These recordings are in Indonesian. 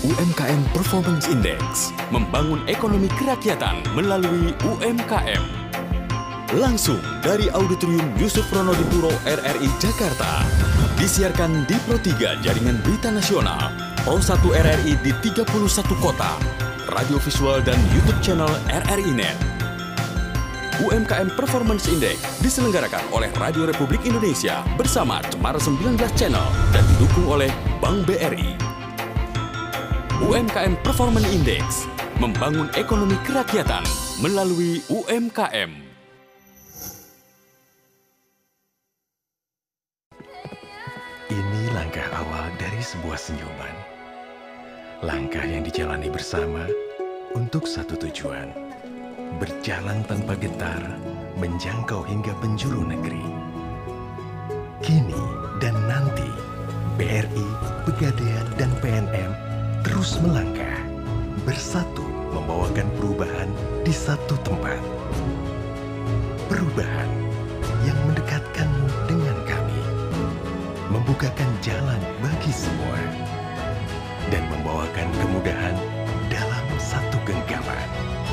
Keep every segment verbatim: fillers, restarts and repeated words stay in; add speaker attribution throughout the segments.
Speaker 1: U M K M Performance Index, membangun ekonomi kerakyatan melalui U M K M. Langsung dari Auditorium Yusuf Ronodipuro R R I Jakarta. Disiarkan di Pro tiga Jaringan Berita Nasional, Pro satu R R I di tiga puluh satu kota, radio visual dan YouTube channel R R I Net. U M K M Performance Index diselenggarakan oleh Radio Republik Indonesia bersama Cemara sembilan belas Channel dan didukung oleh Bank B R I. U M K M Performance Index, membangun ekonomi kerakyatan melalui U M K M.
Speaker 2: Ini langkah awal dari sebuah senyuman. Langkah yang dijalani bersama untuk satu tujuan. Berjalan tanpa getar, menjangkau hingga penjuru negeri. Kini dan nanti, B R I, Pegadaian, dan P N M terus melangkah, bersatu membawakan perubahan di satu tempat. Perubahan yang mendekatkanmu dengan kami, membukakan jalan bagi semua, dan membawakan kemudahan dalam satu genggaman.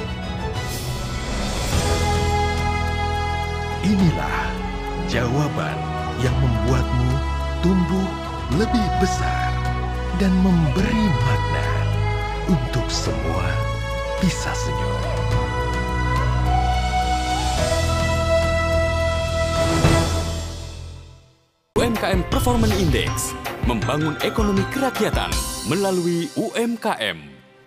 Speaker 2: Inilah jawaban yang membuatmu tumbuh lebih besar dan memberi makna untuk semua bisa senyum.
Speaker 1: U M K M Performance Index, membangun ekonomi kerakyatan melalui U M K M.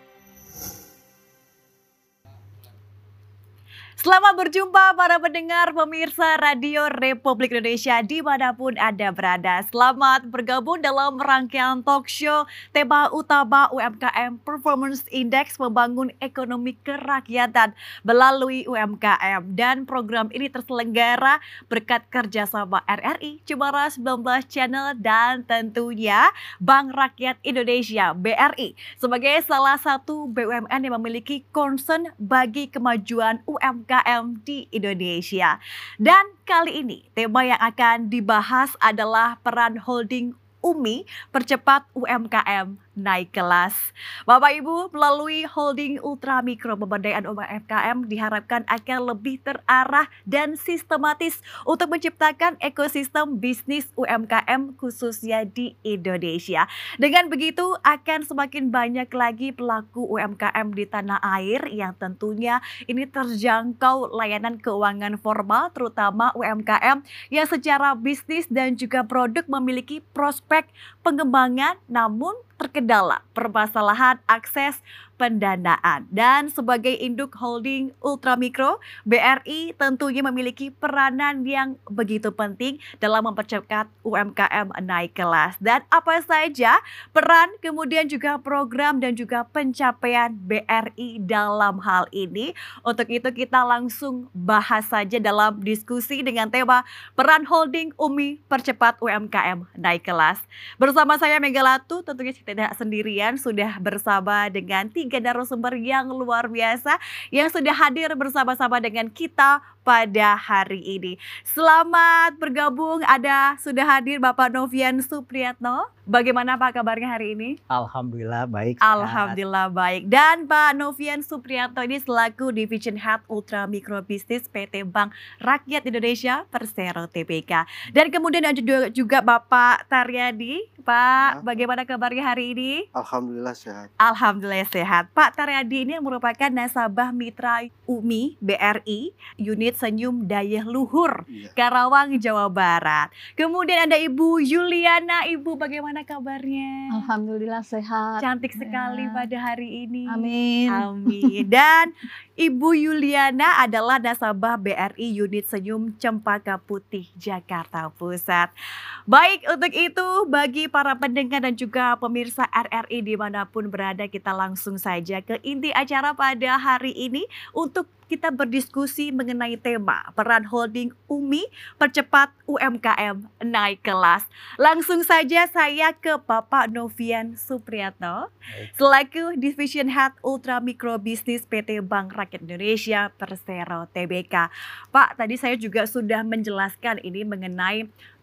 Speaker 3: Selamat berjumpa para pendengar pemirsa Radio Republik Indonesia dimanapun Anda berada. Selamat bergabung dalam rangkaian talk show tema utama U M K M Performance Index, membangun ekonomi kerakyatan melalui U M K M. Dan program ini terselenggara berkat kerjasama R R I, Cemara sembilan belas Channel, dan tentunya Bank Rakyat Indonesia B R I sebagai salah satu B U M N yang memiliki concern bagi kemajuan U M K M di Indonesia. Dan kali ini tema yang akan dibahas adalah peran holding U M I percepat U M K M naik kelas. Bapak Ibu, melalui holding ultra mikro pemberdayaan U M K M diharapkan akan lebih terarah dan sistematis untuk menciptakan ekosistem bisnis U M K M khususnya di Indonesia. Dengan begitu akan semakin banyak lagi pelaku U M K M di tanah air yang tentunya ini terjangkau layanan keuangan formal, terutama U M K M yang secara bisnis dan juga produk memiliki prospek pengembangan namun terkendala permasalahan akses pendanaan. Dan sebagai induk holding ultramikro, B R I tentunya memiliki peranan yang begitu penting dalam mempercepat U M K M naik kelas. Dan apa saja peran, kemudian juga program dan juga pencapaian B R I dalam hal ini? Untuk itu kita langsung bahas saja dalam diskusi dengan tema peran holding U M I percepat U M K M naik kelas. Bersama saya Megalatu, tentunya tidak sendirian, sudah bersama dengan tiga narasumber yang luar biasa yang sudah hadir bersama-sama dengan kita pada hari ini. Selamat bergabung, ada sudah hadir Bapak Novian Supriyatno. Bagaimana Pak kabarnya hari ini?
Speaker 4: Alhamdulillah baik.
Speaker 3: Alhamdulillah baik. Dan Pak Novian Supriyatno ini selaku Division Head Ultra Mikro Bisnis P T Bank Rakyat Indonesia Persero T B K. Dan kemudian ada juga, juga Bapak Taryadi. Pak, ya, bagaimana kabarnya hari ini?
Speaker 5: Alhamdulillah sehat.
Speaker 3: Alhamdulillah sehat. Pak Taryadi ini merupakan nasabah mitra U M I B R I Unit Senyum Daya Luhur, ya, Karawang, Jawa Barat. Kemudian ada Ibu Yuliana. Ibu, bagaimana kabarnya?
Speaker 6: Alhamdulillah sehat.
Speaker 3: Cantik sekali ya pada hari ini.
Speaker 6: Amin.
Speaker 3: Amin. Dan Ibu Yuliana adalah nasabah B R I Unit Senyum Cempaka Putih, Jakarta Pusat. Baik, untuk itu bagi para pendengar dan juga pemirsa R R I dimanapun berada, kita langsung saja ke inti acara pada hari ini untuk kita berdiskusi mengenai tema peran holding U M I percepat U M K M naik kelas. Langsung saja saya ke Bapak Novian Supriyatno selaku Division Head Ultra Mikro Bisnis P T Bank Rakyat Indonesia Persero T B K. Pak, tadi saya juga sudah menjelaskan ini mengenai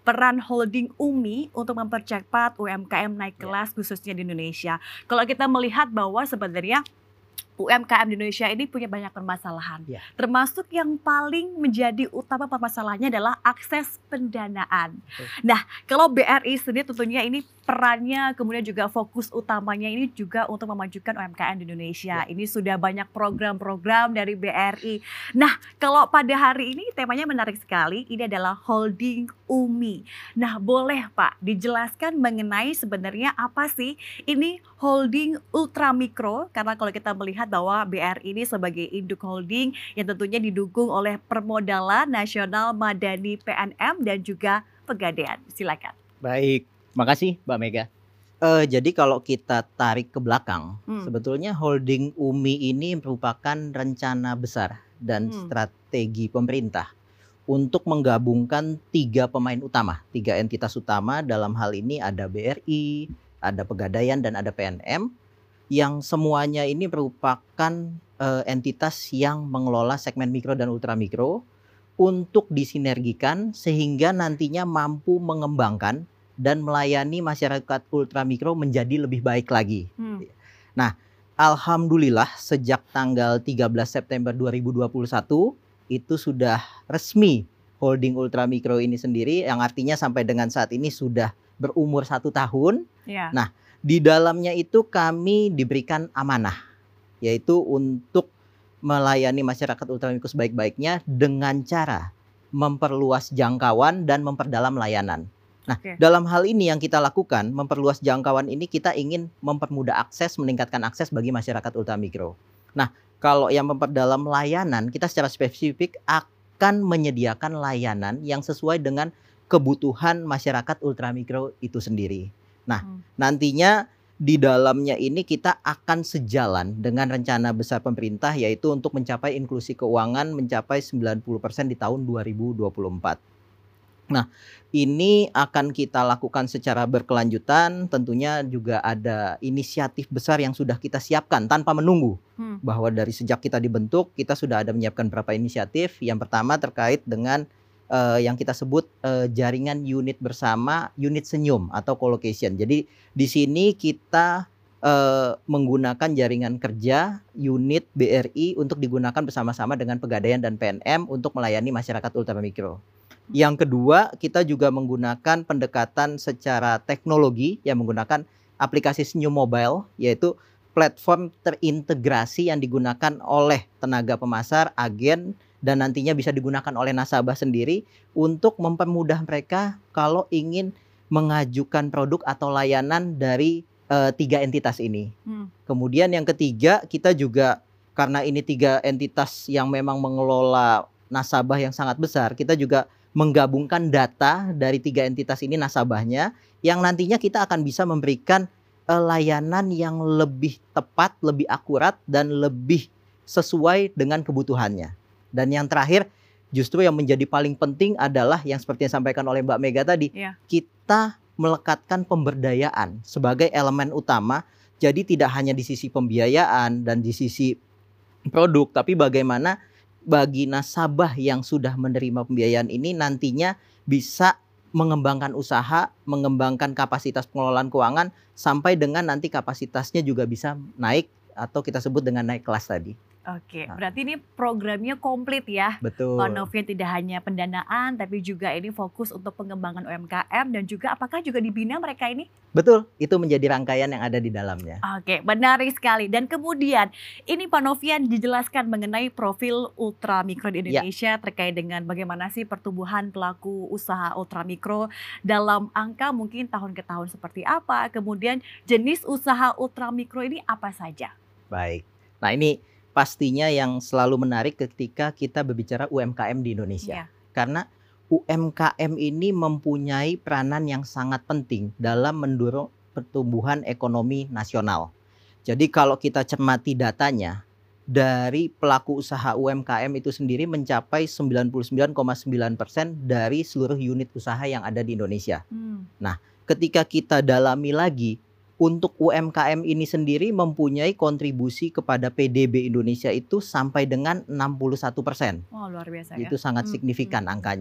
Speaker 3: peran holding Umi untuk mempercepat U M K M naik kelas khususnya di Indonesia. Kalau kita melihat bahwa sebenarnya U M K M di Indonesia ini punya banyak permasalahan. Ya. Termasuk yang paling menjadi utama permasalahannya adalah akses pendanaan. Betul. Nah, kalau B R I sendiri tentunya ini perannya, kemudian juga fokus utamanya ini juga untuk memajukan U M K M di Indonesia. Ya. Ini sudah banyak program-program dari B R I. Nah, kalau pada hari ini temanya menarik sekali, ini adalah holding Umi. Nah, boleh Pak dijelaskan mengenai sebenarnya apa sih ini holding ultramikro? Karena kalau kita melihat bahwa B R I ini sebagai induk holding yang tentunya didukung oleh Permodalan Nasional Madani P N M dan juga Pegadaian. Silakan.
Speaker 4: Baik, makasih Mbak Mega. Uh, jadi kalau kita tarik ke belakang, hmm. sebetulnya holding Umi ini merupakan rencana besar dan hmm. strategi pemerintah untuk menggabungkan tiga pemain utama, tiga entitas utama. Dalam hal ini ada B R I, ada Pegadaian dan ada P N M, yang semuanya ini merupakan uh, entitas yang mengelola segmen mikro dan ultramikro untuk disinergikan sehingga nantinya mampu mengembangkan dan melayani masyarakat ultramikro menjadi lebih baik lagi. Hmm. Nah, alhamdulillah sejak tanggal tiga belas September dua ribu dua puluh satu itu sudah resmi holding ultramikro ini sendiri, yang artinya sampai dengan saat ini sudah berumur satu tahun. Yeah. Nah, di dalamnya itu kami diberikan amanah, yaitu untuk melayani masyarakat ultramikro sebaik-baiknya dengan cara memperluas jangkauan dan memperdalam layanan. Nah, okay. dalam hal ini yang kita lakukan, memperluas jangkauan ini kita ingin mempermudah akses, meningkatkan akses bagi masyarakat ultramikro. Nah, kalau yang memperdalam layanan, kita secara spesifik akan menyediakan layanan yang sesuai dengan kebutuhan masyarakat ultramikro itu sendiri. Nah, hmm. nantinya di dalamnya ini kita akan sejalan dengan rencana besar pemerintah, yaitu untuk mencapai inklusi keuangan mencapai sembilan puluh persen di tahun dua ribu dua puluh empat. Nah, ini akan kita lakukan secara berkelanjutan. Tentunya juga ada inisiatif besar yang sudah kita siapkan tanpa menunggu. Hmm. Bahwa dari sejak kita dibentuk, kita sudah ada menyiapkan beberapa inisiatif. Yang pertama terkait dengan uh, yang kita sebut uh, jaringan unit bersama, unit senyum atau co-location. Jadi di sini kita uh, menggunakan jaringan kerja unit B R I untuk digunakan bersama-sama dengan Pegadaian dan P N M untuk melayani masyarakat ultramikro. Yang kedua, kita juga menggunakan pendekatan secara teknologi yang menggunakan aplikasi Senyum Mobile, yaitu platform terintegrasi yang digunakan oleh tenaga pemasar, agen, dan nantinya bisa digunakan oleh nasabah sendiri untuk mempermudah mereka kalau ingin mengajukan produk atau layanan dari uh, tiga entitas ini. Hmm. Kemudian yang ketiga, kita juga karena ini tiga entitas yang memang mengelola nasabah yang sangat besar, kita juga menggabungkan data dari tiga entitas ini nasabahnya, yang nantinya kita akan bisa memberikan uh, layanan yang lebih tepat, lebih akurat, dan lebih sesuai dengan kebutuhannya. Dan yang terakhir, justru yang menjadi paling penting adalah yang seperti yang disampaikan oleh Mbak Mega tadi, yeah. kita melekatkan pemberdayaan sebagai elemen utama. Jadi tidak hanya di sisi pembiayaan dan di sisi produk, tapi bagaimana bagi nasabah yang sudah menerima pembiayaan ini nantinya bisa mengembangkan usaha, mengembangkan kapasitas pengelolaan keuangan sampai dengan nanti kapasitasnya juga bisa naik atau kita sebut dengan naik kelas tadi.
Speaker 3: Oke, nah. Berarti ini programnya komplit ya.
Speaker 4: Betul.
Speaker 3: Pak Novian tidak hanya pendanaan, tapi juga ini fokus untuk pengembangan U M K M dan juga apakah juga dibina mereka ini?
Speaker 4: Betul, itu menjadi rangkaian yang ada di dalamnya.
Speaker 3: Oke, menarik sekali. Dan kemudian ini Pak Novian dijelaskan mengenai profil ultramikro di Indonesia ya. Terkait dengan bagaimana sih pertumbuhan pelaku usaha ultramikro dalam angka mungkin tahun ke tahun seperti apa, kemudian jenis usaha ultramikro ini apa saja?
Speaker 4: Baik, nah ini pastinya yang selalu menarik ketika kita berbicara U M K M di Indonesia. Yeah. Karena U M K M ini mempunyai peranan yang sangat penting dalam mendorong pertumbuhan ekonomi nasional. Jadi kalau kita cermati datanya, dari pelaku usaha U M K M itu sendiri mencapai sembilan puluh sembilan koma sembilan persen dari seluruh unit usaha yang ada di Indonesia. Hmm. Nah, ketika kita dalami lagi, untuk U M K M ini sendiri mempunyai kontribusi kepada P D B Indonesia itu sampai dengan enam puluh satu persen.
Speaker 3: Oh, luar biasa
Speaker 4: ya. Itu sangat hmm, signifikan hmm. angkanya.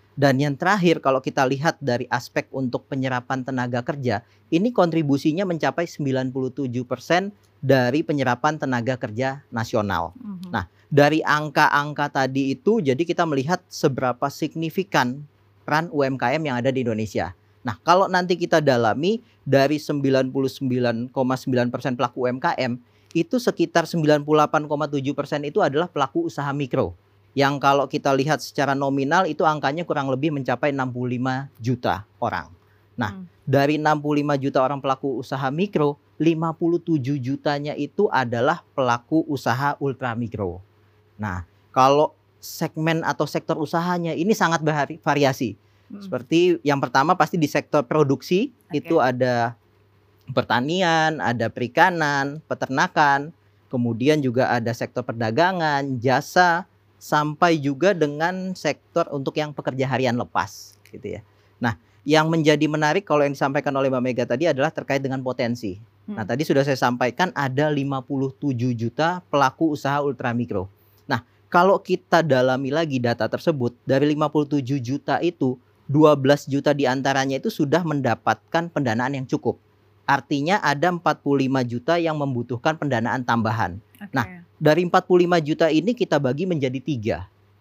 Speaker 4: Dan yang terakhir kalau kita lihat dari aspek untuk penyerapan tenaga kerja, ini kontribusinya mencapai sembilan puluh tujuh persen dari penyerapan tenaga kerja nasional. Mm-hmm. Nah, dari angka-angka tadi itu jadi kita melihat seberapa signifikan peran U M K M yang ada di Indonesia. Nah, kalau nanti kita dalami dari sembilan puluh sembilan koma sembilan persen pelaku U M K M, itu sekitar sembilan puluh delapan koma tujuh persen itu adalah pelaku usaha mikro. Yang kalau kita lihat secara nominal itu angkanya kurang lebih mencapai enam puluh lima juta orang. Nah, hmm. dari enam puluh lima juta orang pelaku usaha mikro, lima puluh tujuh jutanya itu adalah pelaku usaha ultra mikro. Nah, kalau segmen atau sektor usahanya ini sangat bervariasi. Hmm. Seperti yang pertama pasti di sektor produksi, okay. itu ada pertanian, ada perikanan, peternakan, kemudian juga ada sektor perdagangan, jasa, sampai juga dengan sektor untuk yang pekerja harian lepas gitu ya. Nah, yang menjadi menarik kalau yang disampaikan oleh Mbak Mega tadi adalah terkait dengan potensi. Hmm. Nah, tadi sudah saya sampaikan ada lima puluh tujuh juta pelaku usaha ultramikro. Nah, kalau kita dalami lagi data tersebut, dari lima puluh tujuh juta itu dua belas juta diantaranya itu sudah mendapatkan pendanaan yang cukup. Artinya ada empat puluh lima juta yang membutuhkan pendanaan tambahan. Okay. Nah, dari empat puluh lima juta ini kita bagi menjadi tiga,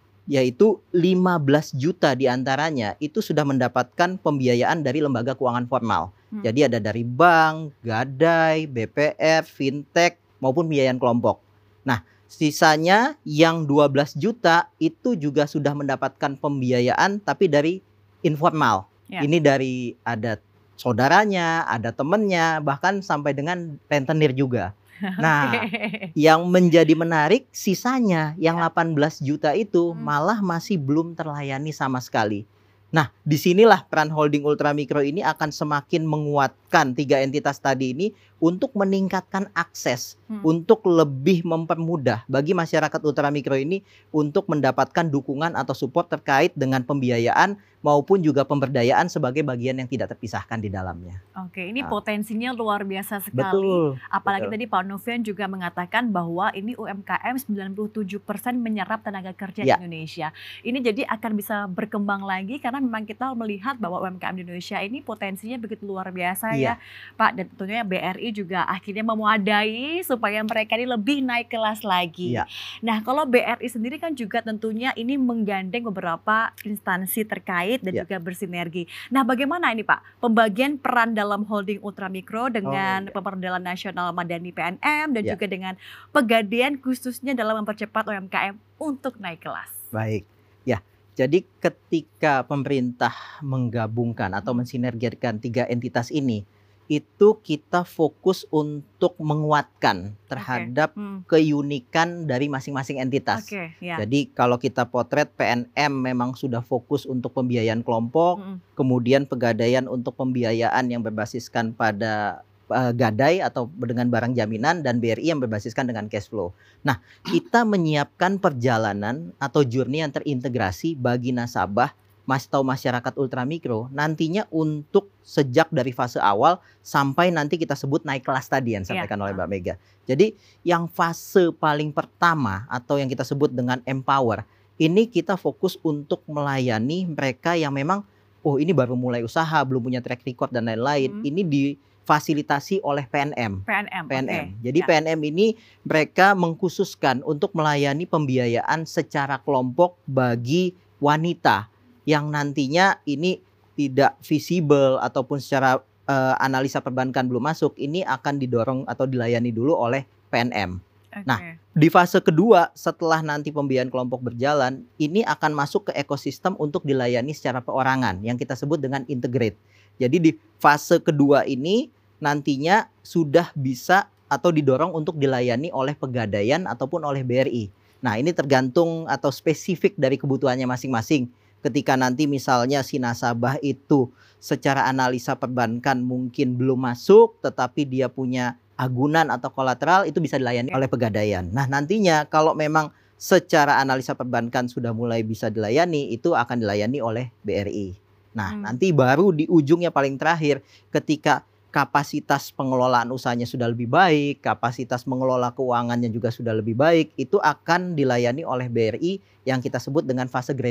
Speaker 4: yaitu lima belas juta diantaranya itu sudah mendapatkan pembiayaan dari lembaga keuangan formal. Hmm. Jadi ada dari bank, gadai, B P R, fintech, maupun pembiayaan kelompok. Nah, sisanya yang dua belas juta itu juga sudah mendapatkan pembiayaan tapi dari informal. Ya. Ini dari ada saudaranya, ada temennya, bahkan sampai dengan rentenir juga. Nah, okay. yang menjadi menarik sisanya yang delapan belas juta itu hmm. malah masih belum terlayani sama sekali. Nah, disinilah peran holding ultramikro ini akan semakin menguatkan tiga entitas tadi ini untuk meningkatkan akses, hmm. untuk lebih mempermudah bagi masyarakat ultramikro ini untuk mendapatkan dukungan atau support terkait dengan pembiayaan maupun juga pemberdayaan sebagai bagian yang tidak terpisahkan di dalamnya.
Speaker 3: Oke, ini nah. potensinya luar biasa sekali.
Speaker 4: Betul.
Speaker 3: Apalagi
Speaker 4: betul.
Speaker 3: tadi Pak Novian juga mengatakan bahwa ini U M K M sembilan puluh tujuh persen menyerap tenaga kerja ya. di Indonesia. Ini jadi akan bisa berkembang lagi karena memang kita melihat bahwa U M K M di Indonesia ini potensinya begitu luar biasa ya, ya Pak. Dan tentunya B R I juga akhirnya memadai supaya mereka ini lebih naik kelas lagi. Ya. Nah, kalau B R I sendiri kan juga tentunya ini menggandeng beberapa instansi terkait dan ya. juga bersinergi. Nah, bagaimana ini Pak pembagian peran dalam holding ultramikro dengan oh, ya. Pemerintah Nasional Madani P N M dan ya. juga dengan Pegadaian khususnya dalam mempercepat U M K M untuk naik kelas?
Speaker 4: Baik, ya. Jadi ketika pemerintah menggabungkan atau mensinergikan tiga entitas ini, itu kita fokus untuk menguatkan terhadap okay. hmm. keunikan dari masing-masing entitas. Okay, yeah. Jadi kalau kita potret P N M memang sudah fokus untuk pembiayaan kelompok, hmm. kemudian Pegadaian untuk pembiayaan yang berbasiskan pada uh, gadai atau dengan barang jaminan, dan B R I yang berbasiskan dengan cash flow. Nah, kita menyiapkan perjalanan atau journey yang terintegrasi bagi nasabah atau masyarakat ultramikro nantinya untuk sejak dari fase awal sampai nanti kita sebut naik kelas tadi yang disampaikan ya. oleh Mbak Mega. Jadi yang fase paling pertama atau yang kita sebut dengan empower, ini kita fokus untuk melayani mereka yang memang oh ini baru mulai usaha, belum punya track record dan lain-lain. Hmm. Ini difasilitasi oleh P N M.
Speaker 3: P N M.
Speaker 4: P N M.
Speaker 3: Okay.
Speaker 4: Jadi
Speaker 3: ya.
Speaker 4: P N M ini mereka mengkhususkan untuk melayani pembiayaan secara kelompok bagi wanita yang nantinya ini tidak visible ataupun secara uh, analisa perbankan belum masuk, ini akan didorong atau dilayani dulu oleh P N M. Okay. Nah, di fase kedua setelah nanti pembiayaan kelompok berjalan, ini akan masuk ke ekosistem untuk dilayani secara perorangan yang kita sebut dengan integrate. Jadi di fase kedua ini nantinya sudah bisa atau didorong untuk dilayani oleh Pegadaian ataupun oleh B R I. Nah, ini tergantung atau spesifik dari kebutuhannya masing-masing. Ketika nanti misalnya si nasabah itu secara analisa perbankan mungkin belum masuk, tetapi dia punya agunan atau kolateral, itu bisa dilayani oleh Pegadaian. Nah, nantinya kalau memang secara analisa perbankan sudah mulai bisa dilayani, itu akan dilayani oleh B R I. Nah, hmm. nanti baru di ujungnya paling terakhir ketika kapasitas pengelolaan usahanya sudah lebih baik, kapasitas mengelola keuangannya juga sudah lebih baik, itu akan dilayani oleh B R I yang kita sebut dengan fase graduate.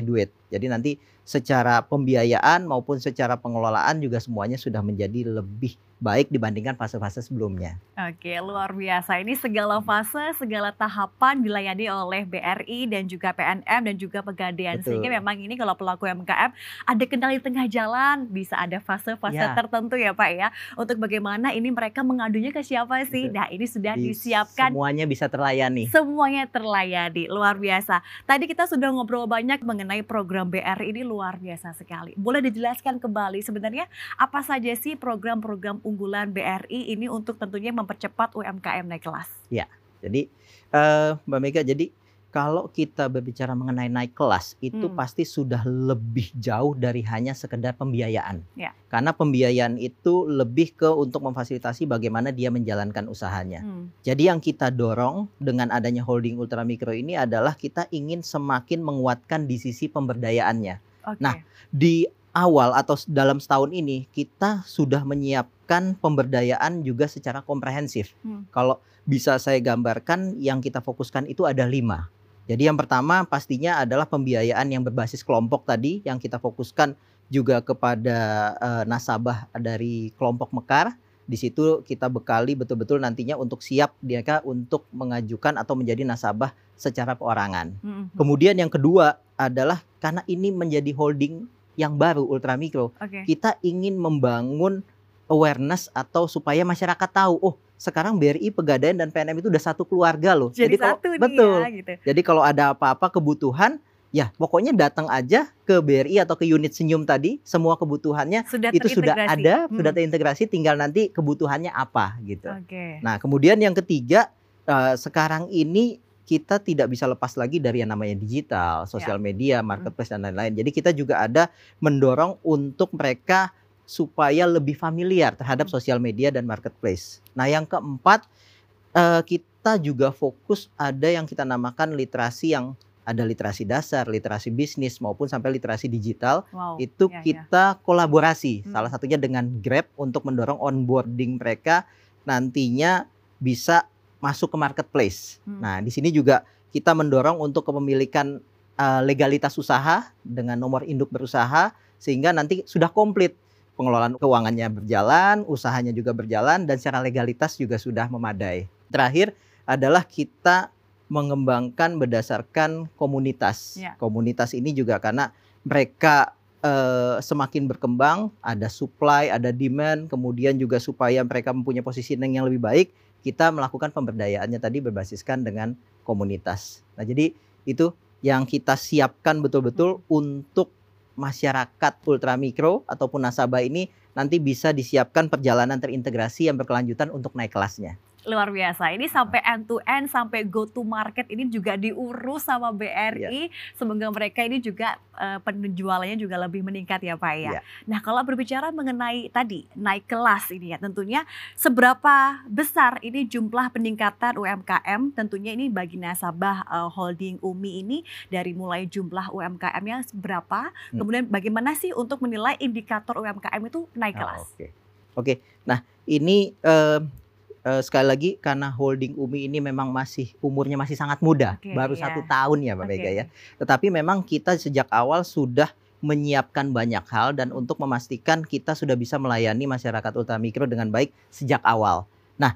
Speaker 4: Jadi nanti secara pembiayaan maupun secara pengelolaan juga semuanya sudah menjadi lebih baik dibandingkan fase-fase sebelumnya.
Speaker 3: Oke, luar biasa. Ini segala fase, segala tahapan dilayani oleh B R I dan juga P N M dan juga Pegadaian.
Speaker 4: Betul.
Speaker 3: Sehingga memang ini kalau pelaku U M K M ada kendala di tengah jalan, bisa ada fase-fase
Speaker 4: Ya.
Speaker 3: tertentu ya Pak ya. Untuk bagaimana ini mereka mengadunya ke siapa sih?
Speaker 4: Betul.
Speaker 3: Nah ini sudah
Speaker 4: Di-
Speaker 3: disiapkan.
Speaker 4: Semuanya bisa terlayani.
Speaker 3: Semuanya terlayani, luar biasa. Tadi kita sudah ngobrol banyak mengenai program B R I ini luar biasa sekali. Boleh dijelaskan kembali sebenarnya apa saja sih program-program unggulan B R I ini untuk tentunya mempercepat U M K M naik kelas?
Speaker 4: Jadi eh, Mbak Mega, jadi kalau kita berbicara mengenai naik kelas itu
Speaker 3: Hmm.
Speaker 4: pasti sudah lebih jauh dari hanya sekedar pembiayaan.
Speaker 3: Ya.
Speaker 4: Karena pembiayaan itu lebih ke untuk memfasilitasi bagaimana dia menjalankan usahanya.
Speaker 3: Hmm.
Speaker 4: Jadi yang kita dorong dengan adanya holding ultramikro ini adalah kita ingin semakin menguatkan di sisi pemberdayaannya.
Speaker 3: Oke.
Speaker 4: Nah, Di awal atau s- dalam setahun ini kita sudah menyiapkan pemberdayaan juga secara komprehensif.
Speaker 3: Hmm.
Speaker 4: Kalau bisa saya gambarkan yang kita fokuskan itu ada lima. Jadi yang pertama pastinya adalah pembiayaan yang berbasis kelompok tadi yang kita fokuskan juga kepada eh, nasabah dari kelompok Mekar. Di situ kita bekali betul-betul nantinya untuk siap mereka untuk mengajukan atau menjadi nasabah secara perorangan.
Speaker 3: Hmm.
Speaker 4: Kemudian yang kedua adalah karena ini menjadi holding yang baru ultramikro,
Speaker 3: Oke.
Speaker 4: kita ingin membangun awareness atau supaya masyarakat tahu, oh sekarang B R I, Pegadaian dan P N M itu udah satu keluarga loh.
Speaker 3: Jadi,
Speaker 4: kalau,
Speaker 3: satu nih
Speaker 4: betul.
Speaker 3: ya gitu.
Speaker 4: Jadi kalau ada apa-apa kebutuhan, ya pokoknya datang aja ke B R I atau ke unit Senyum tadi, semua kebutuhannya
Speaker 3: Sudah
Speaker 4: itu sudah
Speaker 3: terintegrasi.
Speaker 4: ada,
Speaker 3: Hmm.
Speaker 4: sudah terintegrasi, tinggal nanti kebutuhannya apa gitu.
Speaker 3: Oke.
Speaker 4: Nah, kemudian yang ketiga, eh, sekarang ini kita tidak bisa lepas lagi dari yang namanya digital, sosial media, marketplace dan lain-lain. Jadi kita juga ada mendorong untuk mereka supaya lebih familiar terhadap sosial media dan marketplace. Nah, yang keempat, eh, kita juga fokus ada yang kita namakan literasi yang ada literasi dasar, literasi bisnis maupun sampai literasi digital.
Speaker 3: Wow.
Speaker 4: Itu
Speaker 3: Ya, ya.
Speaker 4: kita kolaborasi,
Speaker 3: Hmm.
Speaker 4: salah satunya dengan Grab untuk mendorong onboarding mereka nantinya bisa masuk ke marketplace.
Speaker 3: Hmm.
Speaker 4: Nah, di sini juga kita mendorong untuk kepemilikan uh, legalitas usaha dengan nomor induk berusaha sehingga nanti sudah komplit pengelolaan keuangannya berjalan, usahanya juga berjalan dan secara legalitas juga sudah memadai. Terakhir adalah kita mengembangkan berdasarkan komunitas.
Speaker 3: Ya.
Speaker 4: Komunitas ini juga karena mereka eh, semakin berkembang, ada supply, ada demand, kemudian juga supaya mereka mempunyai positioning yang lebih baik, kita melakukan pemberdayaannya tadi berbasiskan dengan komunitas. Nah, jadi itu yang kita siapkan betul-betul untuk masyarakat ultramikro ataupun nasabah ini nanti bisa disiapkan perjalanan terintegrasi yang berkelanjutan untuk naik kelasnya.
Speaker 3: Luar biasa. Ini sampai end to end, sampai go to market ini juga diurus sama B R I. Semoga mereka ini juga eh, penjualannya juga lebih meningkat ya Pak ya.
Speaker 4: Iya.
Speaker 3: Nah kalau berbicara mengenai tadi naik kelas ini ya tentunya seberapa besar ini jumlah peningkatan U M K M tentunya ini bagi nasabah eh, holding U M I ini dari mulai jumlah U M K M-nya berapa,
Speaker 4: Hmm.
Speaker 3: kemudian bagaimana sih untuk menilai indikator U M K M itu naik
Speaker 4: Oh,
Speaker 3: kelas?
Speaker 4: Oke, Oke. Nah ini eh, eh, sekali lagi karena holding U M I ini memang masih umurnya masih sangat muda,
Speaker 3: Oke,
Speaker 4: baru
Speaker 3: iya.
Speaker 4: satu tahun ya Mbak
Speaker 3: Oke.
Speaker 4: Mega ya. Tetapi memang kita sejak awal sudah menyiapkan banyak hal dan untuk memastikan kita sudah bisa melayani masyarakat ultramikro dengan baik sejak awal. Nah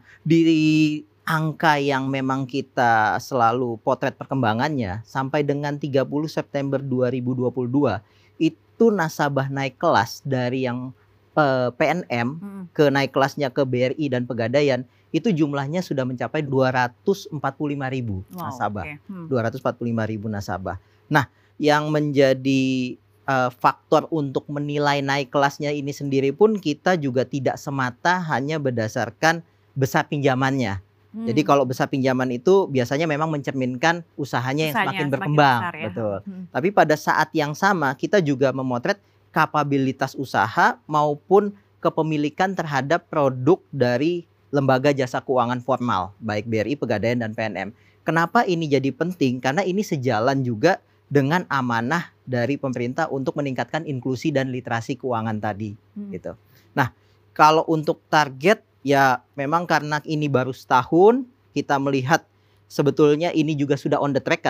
Speaker 4: di angka yang memang kita selalu potret perkembangannya sampai dengan tiga puluh September dua ribu dua puluh dua itu nasabah naik kelas dari yang eh, P N M
Speaker 3: Hmm.
Speaker 4: ke naik kelasnya ke B R I dan Pegadaian itu jumlahnya sudah mencapai dua ratus empat puluh lima ribu
Speaker 3: Wow,
Speaker 4: nasabah.
Speaker 3: oke. Hmm.
Speaker 4: dua ratus empat puluh lima ribu nasabah. Nah, yang menjadi eh, faktor untuk menilai naik kelasnya ini sendiri pun kita juga tidak semata hanya berdasarkan besar pinjamannya.
Speaker 3: Hmm.
Speaker 4: Jadi kalau besar pinjaman itu biasanya memang mencerminkan usahanya yang
Speaker 3: Usahanya
Speaker 4: semakin
Speaker 3: semakin
Speaker 4: berkembang,
Speaker 3: besar ya.
Speaker 4: betul.
Speaker 3: Hmm.
Speaker 4: Tapi pada saat yang sama kita juga memotret kapabilitas usaha maupun kepemilikan terhadap produk dari lembaga jasa keuangan formal, baik B R I, Pegadaian dan P N M. Kenapa ini jadi penting? Karena ini sejalan juga dengan amanah dari pemerintah untuk meningkatkan inklusi dan literasi keuangan tadi,
Speaker 3: Hmm.
Speaker 4: gitu. Nah, kalau untuk target ya memang karena ini baru setahun, kita melihat sebetulnya ini juga sudah on the track karena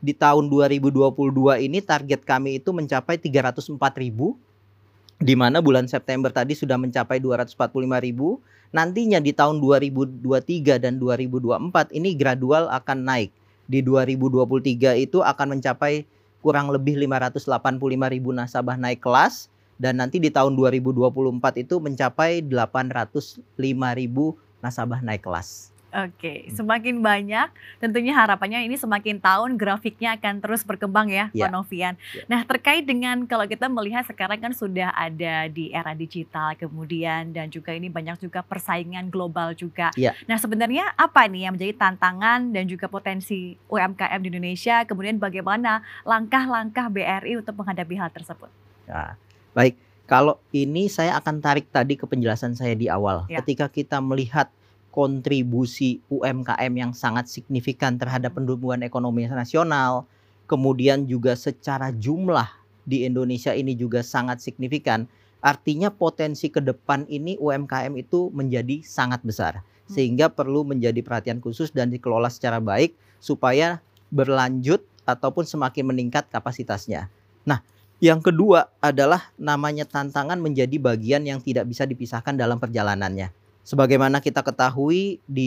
Speaker 4: di tahun dua ribu dua puluh dua ini target kami itu mencapai tiga ratus empat ribu, di mana bulan September tadi sudah mencapai dua ratus empat puluh lima ribu. Nantinya di tahun dua ribu dua puluh tiga dan dua ribu dua puluh empat ini gradual akan naik. Di dua ribu dua puluh tiga itu akan mencapai kurang lebih lima ratus delapan puluh lima ribu nasabah naik kelas. Dan nanti di tahun dua ribu dua puluh empat itu mencapai delapan ratus lima ribu nasabah naik kelas.
Speaker 3: Oke, semakin banyak tentunya harapannya ini semakin tahun grafiknya akan terus berkembang ya,
Speaker 4: Ya.
Speaker 3: Pak Novian.
Speaker 4: Ya.
Speaker 3: Nah, terkait dengan kalau kita melihat sekarang kan sudah ada di era digital kemudian dan juga ini banyak juga persaingan global juga.
Speaker 4: Ya.
Speaker 3: Nah, sebenarnya apa nih yang menjadi tantangan dan juga potensi U M K M di Indonesia, kemudian bagaimana langkah-langkah B R I untuk menghadapi hal tersebut?
Speaker 4: Nah, baik, kalau ini saya akan tarik tadi ke penjelasan saya di awal.
Speaker 3: Ya.
Speaker 4: Ketika kita melihat kontribusi U M K M yang sangat signifikan terhadap pertumbuhan ekonomi nasional, kemudian juga secara jumlah di Indonesia ini juga sangat signifikan. Artinya potensi ke depan ini U M K M itu menjadi sangat besar. Sehingga perlu menjadi perhatian khusus dan dikelola secara baik supaya berlanjut ataupun semakin meningkat kapasitasnya. Nah, yang kedua adalah namanya tantangan menjadi bagian yang tidak bisa dipisahkan dalam perjalanannya. Sebagaimana kita ketahui di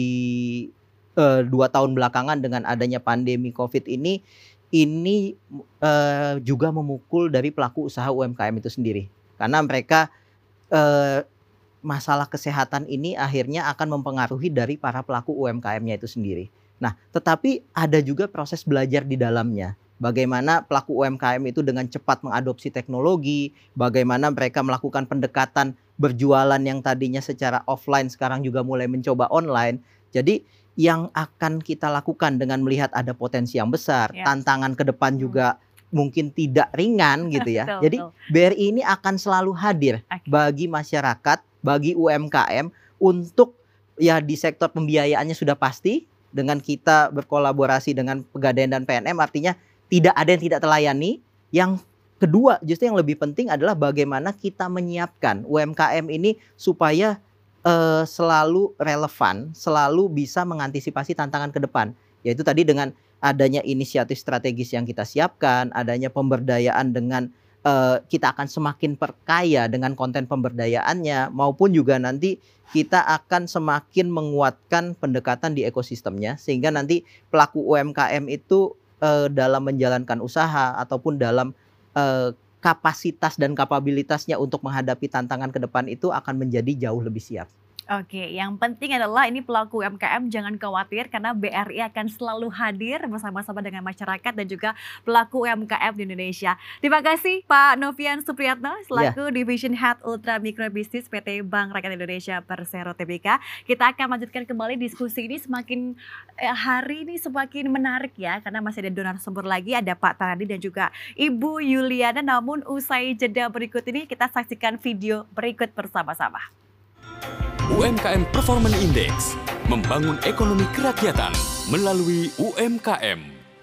Speaker 4: uh, dua tahun belakangan dengan adanya pandemi COVID ini, ini uh, juga memukul dari pelaku usaha U M K M itu sendiri. Karena mereka uh, masalah kesehatan ini akhirnya akan mempengaruhi dari para pelaku U M K M-nya itu sendiri. Nah, tetapi ada juga proses belajar di dalamnya. Bagaimana pelaku U M K M itu dengan cepat mengadopsi teknologi, bagaimana mereka melakukan pendekatan berjualan yang tadinya secara offline sekarang juga mulai mencoba online. Jadi yang akan kita lakukan dengan melihat ada potensi yang besar,
Speaker 3: Ya.
Speaker 4: tantangan ke depan juga mungkin tidak ringan gitu ya.
Speaker 3: Betul,
Speaker 4: Jadi
Speaker 3: betul.
Speaker 4: B R I ini akan selalu hadir
Speaker 3: Oke.
Speaker 4: bagi masyarakat, bagi U M K M untuk ya di sektor pembiayaannya sudah pasti dengan kita berkolaborasi dengan Pegadaian dan P N M, artinya tidak ada yang tidak terlayani. Yang kedua, justru yang lebih penting adalah bagaimana kita menyiapkan U M K M ini supaya eh, selalu relevan, selalu bisa mengantisipasi tantangan ke depan. Yaitu tadi dengan adanya inisiatif strategis yang kita siapkan, adanya pemberdayaan dengan eh, kita akan semakin perkaya dengan konten pemberdayaannya, maupun juga nanti kita akan semakin menguatkan pendekatan di ekosistemnya, sehingga nanti pelaku U M K M itu eh, dalam menjalankan usaha ataupun dalam eh, kapasitas dan kapabilitasnya untuk menghadapi tantangan ke depan itu akan menjadi jauh lebih siap.
Speaker 3: Oke, yang penting adalah ini pelaku U M K M jangan khawatir karena B R I akan selalu hadir bersama-sama dengan masyarakat dan juga pelaku U M K M di Indonesia. Terima kasih Pak Novian Supriyatno selaku Division Head Ultra Micro Business P T Bank Rakyat Indonesia Persero Tbk. Kita akan lanjutkan kembali diskusi ini semakin eh, hari ini semakin menarik ya karena masih ada donor sumber lagi, ada Pak Taradi dan juga Ibu Yuliana. Namun usai jeda berikut ini kita saksikan video berikut bersama-sama.
Speaker 1: U M K M Performance Index membangun ekonomi kerakyatan melalui U M K M.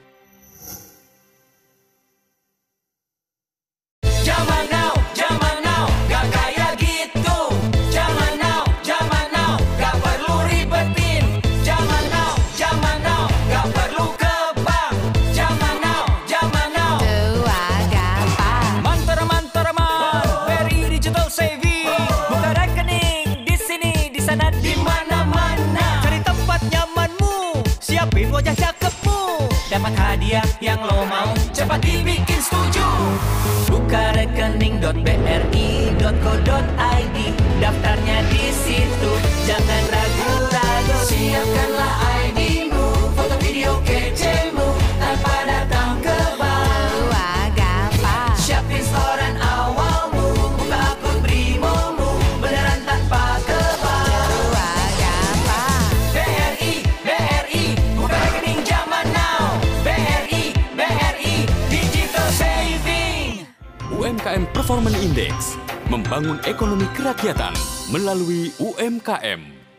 Speaker 5: Zaman now, zaman now, gak kayak gitu. Zaman now, zaman now, gak perlu ribetin. Zaman now, zaman now, gak perlu ke bank. Zaman now, zaman now,
Speaker 6: Tua gampang.
Speaker 5: mantar mantar man, very digital saving. Buka rekening di sini, di sana, di mana-mana. Cari tempat nyamanmu, siapin wajah cakepmu. Dapat hadiah yang lo mau, cepat dibikin setuju. Buka rekening dot b r i dot co dot i d, daftarnya di situ, jangan ragu-ragu. Siapkanlah I D-mu, foto video kecemu, tanpa datang ke bank.
Speaker 6: Tua gampang.
Speaker 5: Siapin setoran awalmu, buka akun Brimomu, beneran tanpa ke bank.
Speaker 6: Tua gampang.
Speaker 5: B R I, B R I, buka rekening zaman now. B R I, B R I, digital saving.
Speaker 1: U M K M Performance Index membangun ekonomi kerakyatan melalui U M K M.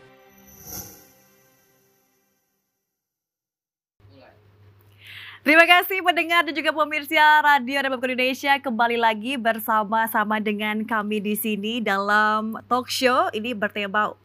Speaker 3: Terima kasih pendengar dan juga pemirsa Radio Republik Indonesia, kembali lagi bersama-sama dengan kami di sini dalam talk show ini bertema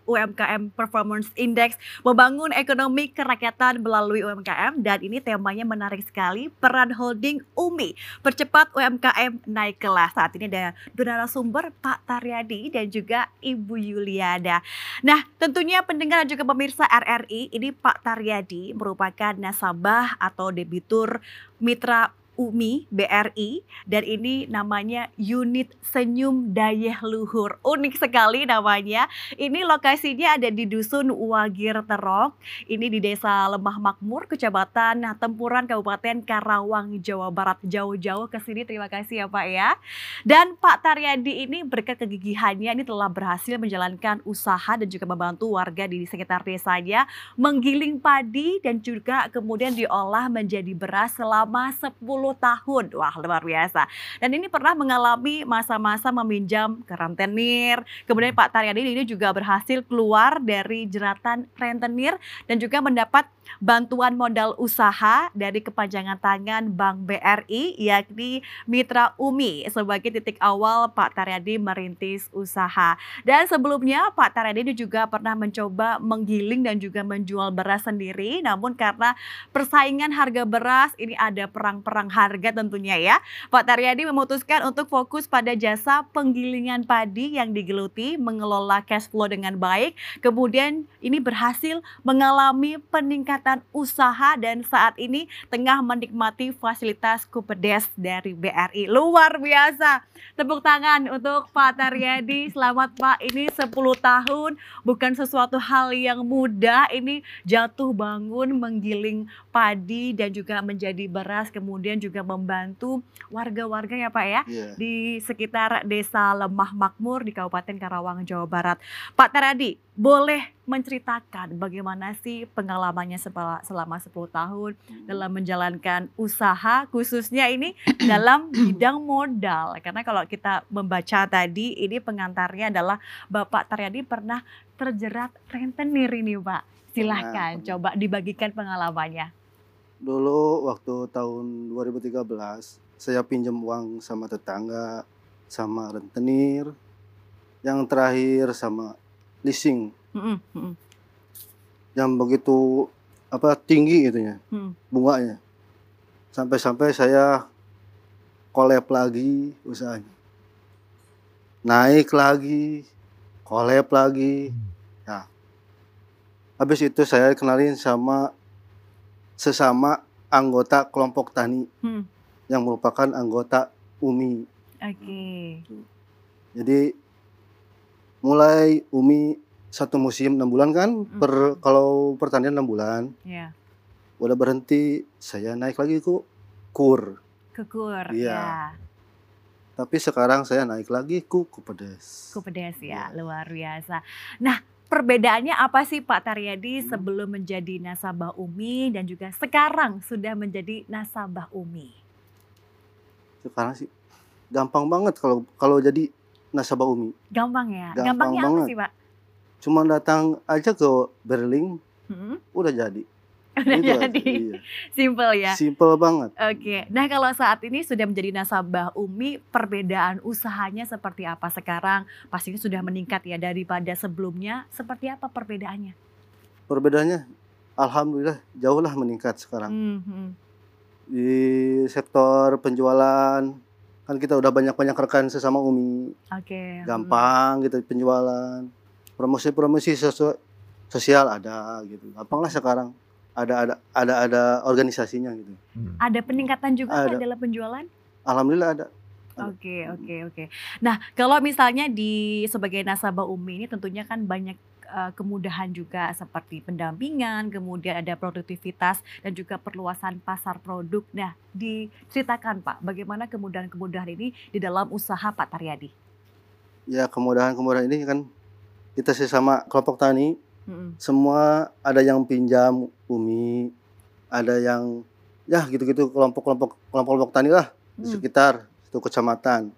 Speaker 3: U M K M Performance Index, membangun ekonomi kerakyatan melalui U M K M, dan ini temanya menarik sekali, peran holding U M I percepat U M K M naik kelas. Saat ini ada dua narasumber, Pak Taryadi dan juga Ibu Yuliana. Nah, tentunya pendengar dan juga pemirsa R R I, ini Pak Taryadi merupakan nasabah atau debitur mitra U M I B R I, dan ini namanya Unit Senyum Dayeh Luhur. Unik sekali namanya. Ini lokasinya ada di Dusun Wagir Terok. Ini di Desa Lemah Makmur, Kecamatan Tempuran, Kabupaten Karawang, Jawa Barat. Jauh-jauh ke sini, terima kasih ya Pak ya. Dan Pak Taryadi ini berkat kegigihannya ini telah berhasil menjalankan usaha dan juga membantu warga di sekitar desanya menggiling padi dan juga kemudian diolah menjadi beras selama sepuluh tahun. Wah, luar biasa. Dan ini pernah mengalami masa-masa meminjam ke rentenir. Kemudian Pak Taryadi ini juga berhasil keluar dari jeratan rentenir dan juga mendapat bantuan modal usaha dari kepanjangan tangan Bank B R I, yakni Mitra U M I, sebagai titik awal Pak Taryadi merintis usaha. Dan sebelumnya Pak Taryadi ini juga pernah mencoba menggiling dan juga menjual beras sendiri, namun karena persaingan harga beras ini ada perang-perang harga tentunya ya, Pak Taryadi memutuskan untuk fokus pada jasa penggilingan padi yang digeluti, mengelola cash flow dengan baik. Kemudian ini berhasil mengalami peningkatan usaha dan saat ini tengah menikmati fasilitas Kupedes dari B R I. Luar biasa. Tepuk tangan untuk Pak Taryadi. Selamat Pak, ini sepuluh tahun bukan sesuatu hal yang mudah. Ini jatuh bangun menggiling padi dan juga menjadi beras, kemudian juga membantu warga-warga ya Pak ya, yeah, di sekitar Desa Lemah Makmur di Kabupaten Karawang, Jawa Barat. Pak Taryadi, boleh menceritakan bagaimana sih pengalamannya selama sepuluh tahun dalam menjalankan usaha, khususnya ini dalam bidang modal? Karena kalau kita membaca tadi, ini pengantarnya adalah Bapak Taryadi pernah terjerat rentenir ini Pak. Silahkan nah, coba dibagikan pengalamannya.
Speaker 7: Dulu waktu tahun dua ribu tiga belas, saya pinjam uang sama tetangga, sama rentenir, yang terakhir sama leasing. Mm -mm. Yang begitu apa tinggi itunya, mm. bunganya. Sampai-sampai saya collab lagi usahanya. Naik lagi, collab lagi. Nah, habis itu saya kenalin sama sesama anggota kelompok tani hmm. yang merupakan anggota U M I.
Speaker 3: Oke. Okay.
Speaker 7: Jadi mulai U M I satu musim enam bulan kan, hmm. per kalau pertanian enam bulan. Yeah. Udah berhenti, saya naik lagi ke kur.
Speaker 3: Ke kur.
Speaker 7: Iya.
Speaker 3: Ya.
Speaker 7: Tapi sekarang saya naik lagi ke Kupedes.
Speaker 3: Kupedes ya, ya, luar biasa. Nah, perbedaannya apa sih Pak Taryadi sebelum menjadi nasabah U M I dan juga sekarang sudah menjadi nasabah U M I?
Speaker 7: Sekarang sih gampang banget kalau kalau jadi nasabah U M I.
Speaker 3: Gampang ya?
Speaker 7: Gampang
Speaker 3: Gampangnya
Speaker 7: banget.
Speaker 3: Apa sih Pak?
Speaker 7: Cuma datang aja ke Berling, hmm? udah jadi.
Speaker 3: Udah
Speaker 7: itu
Speaker 3: jadi,
Speaker 7: iya.
Speaker 3: Simple ya?
Speaker 7: Simple banget.
Speaker 3: Oke, nah kalau saat ini sudah menjadi nasabah U M I, perbedaan usahanya seperti apa sekarang? Pastinya sudah meningkat ya daripada sebelumnya, seperti apa perbedaannya?
Speaker 7: Perbedaannya, alhamdulillah jauh lah meningkat sekarang. Mm-hmm. Di sektor penjualan, kan kita udah banyak-banyak rekan sesama U M I.
Speaker 3: Oke.
Speaker 7: Gampang gitu penjualan, promosi-promosi sosial ada gitu. Gampang lah sekarang. Ada ada ada ada organisasinya gitu.
Speaker 3: Hmm. Ada peningkatan juga ada. Kan dalam penjualan?
Speaker 7: Alhamdulillah ada.
Speaker 3: Oke oke oke. Nah kalau misalnya di sebagai nasabah U M I ini tentunya kan banyak uh, kemudahan juga seperti pendampingan, kemudian ada produktivitas dan juga perluasan pasar produk. Nah diceritakan Pak, bagaimana kemudahan-kemudahan ini di dalam usaha Pak Taryadi?
Speaker 7: Ya kemudahan-kemudahan ini kan kita sesama kelompok tani. Hmm. Semua ada yang pinjam U M I, ada yang ya gitu-gitu kelompok-kelompok kelompok-kelompok tani lah hmm. di sekitar itu kecamatan.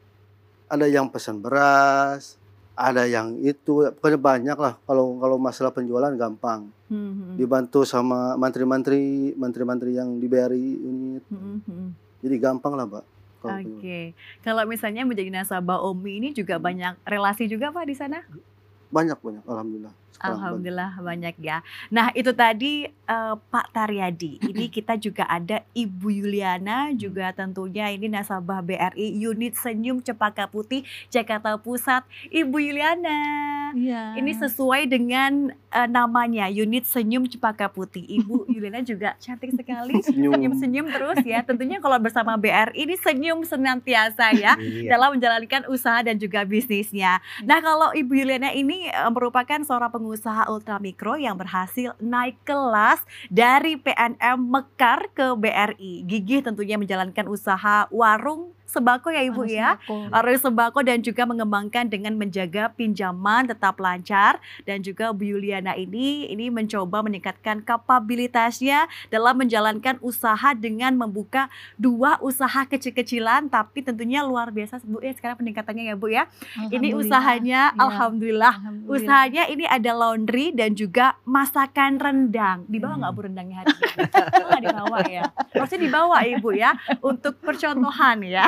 Speaker 7: Ada yang pesan beras, ada yang itu, pokoknya banyak lah. Kalau kalau masalah penjualan gampang, hmm. dibantu sama mantri-mantri, mantri-mantri yang di B R I unit. Hmm. Jadi gampang lah Pak.
Speaker 3: Oke, okay. Kalau misalnya menjadi nasabah U M I ini juga banyak relasi juga Pak di sana?
Speaker 7: Banyak banyak, alhamdulillah. Sekarang
Speaker 3: Alhamdulillah banyak ya. Nah itu tadi eh, Pak Taryadi, ini kita juga ada Ibu Yuliana, juga tentunya ini nasabah B R I Unit Senyum Cempaka Putih Jakarta Pusat. Ibu Yuliana,
Speaker 8: Iya.
Speaker 3: ini sesuai dengan eh, namanya Unit Senyum Cempaka Putih. Ibu Yuliana juga cantik sekali,
Speaker 7: Senyum.
Speaker 3: senyum-senyum terus ya. Tentunya kalau bersama B R I ini senyum senantiasa ya
Speaker 4: Iya.
Speaker 3: dalam menjalankan usaha dan juga bisnisnya. Nah kalau Ibu Yuliana ini eh, merupakan seorang pengusaha ultramikro yang berhasil naik kelas dari P N M Mekar ke B R I. Gigih tentunya menjalankan usaha warung sembako ya Ibu
Speaker 8: Warung
Speaker 3: ya.
Speaker 8: sembako.
Speaker 3: Warung sembako dan juga mengembangkan dengan menjaga pinjaman tetap lancar, dan juga Bu Yuliana ini ini mencoba meningkatkan kapabilitasnya dalam menjalankan usaha dengan membuka dua usaha kecil-kecilan, tapi tentunya luar biasa Bu ya sekarang peningkatannya ya Bu ya. Ini
Speaker 8: Alhamdulillah.
Speaker 3: usahanya
Speaker 8: Iya.
Speaker 3: alhamdulillah.
Speaker 8: Alhamdulillah.
Speaker 3: Usahanya ini ada laundry dan juga masakan rendang. Dibawa nggak Bu rendangnya hari ini? Oh, nggak dibawa ya? Harusnya dibawa Ibu ya untuk percontohan ya.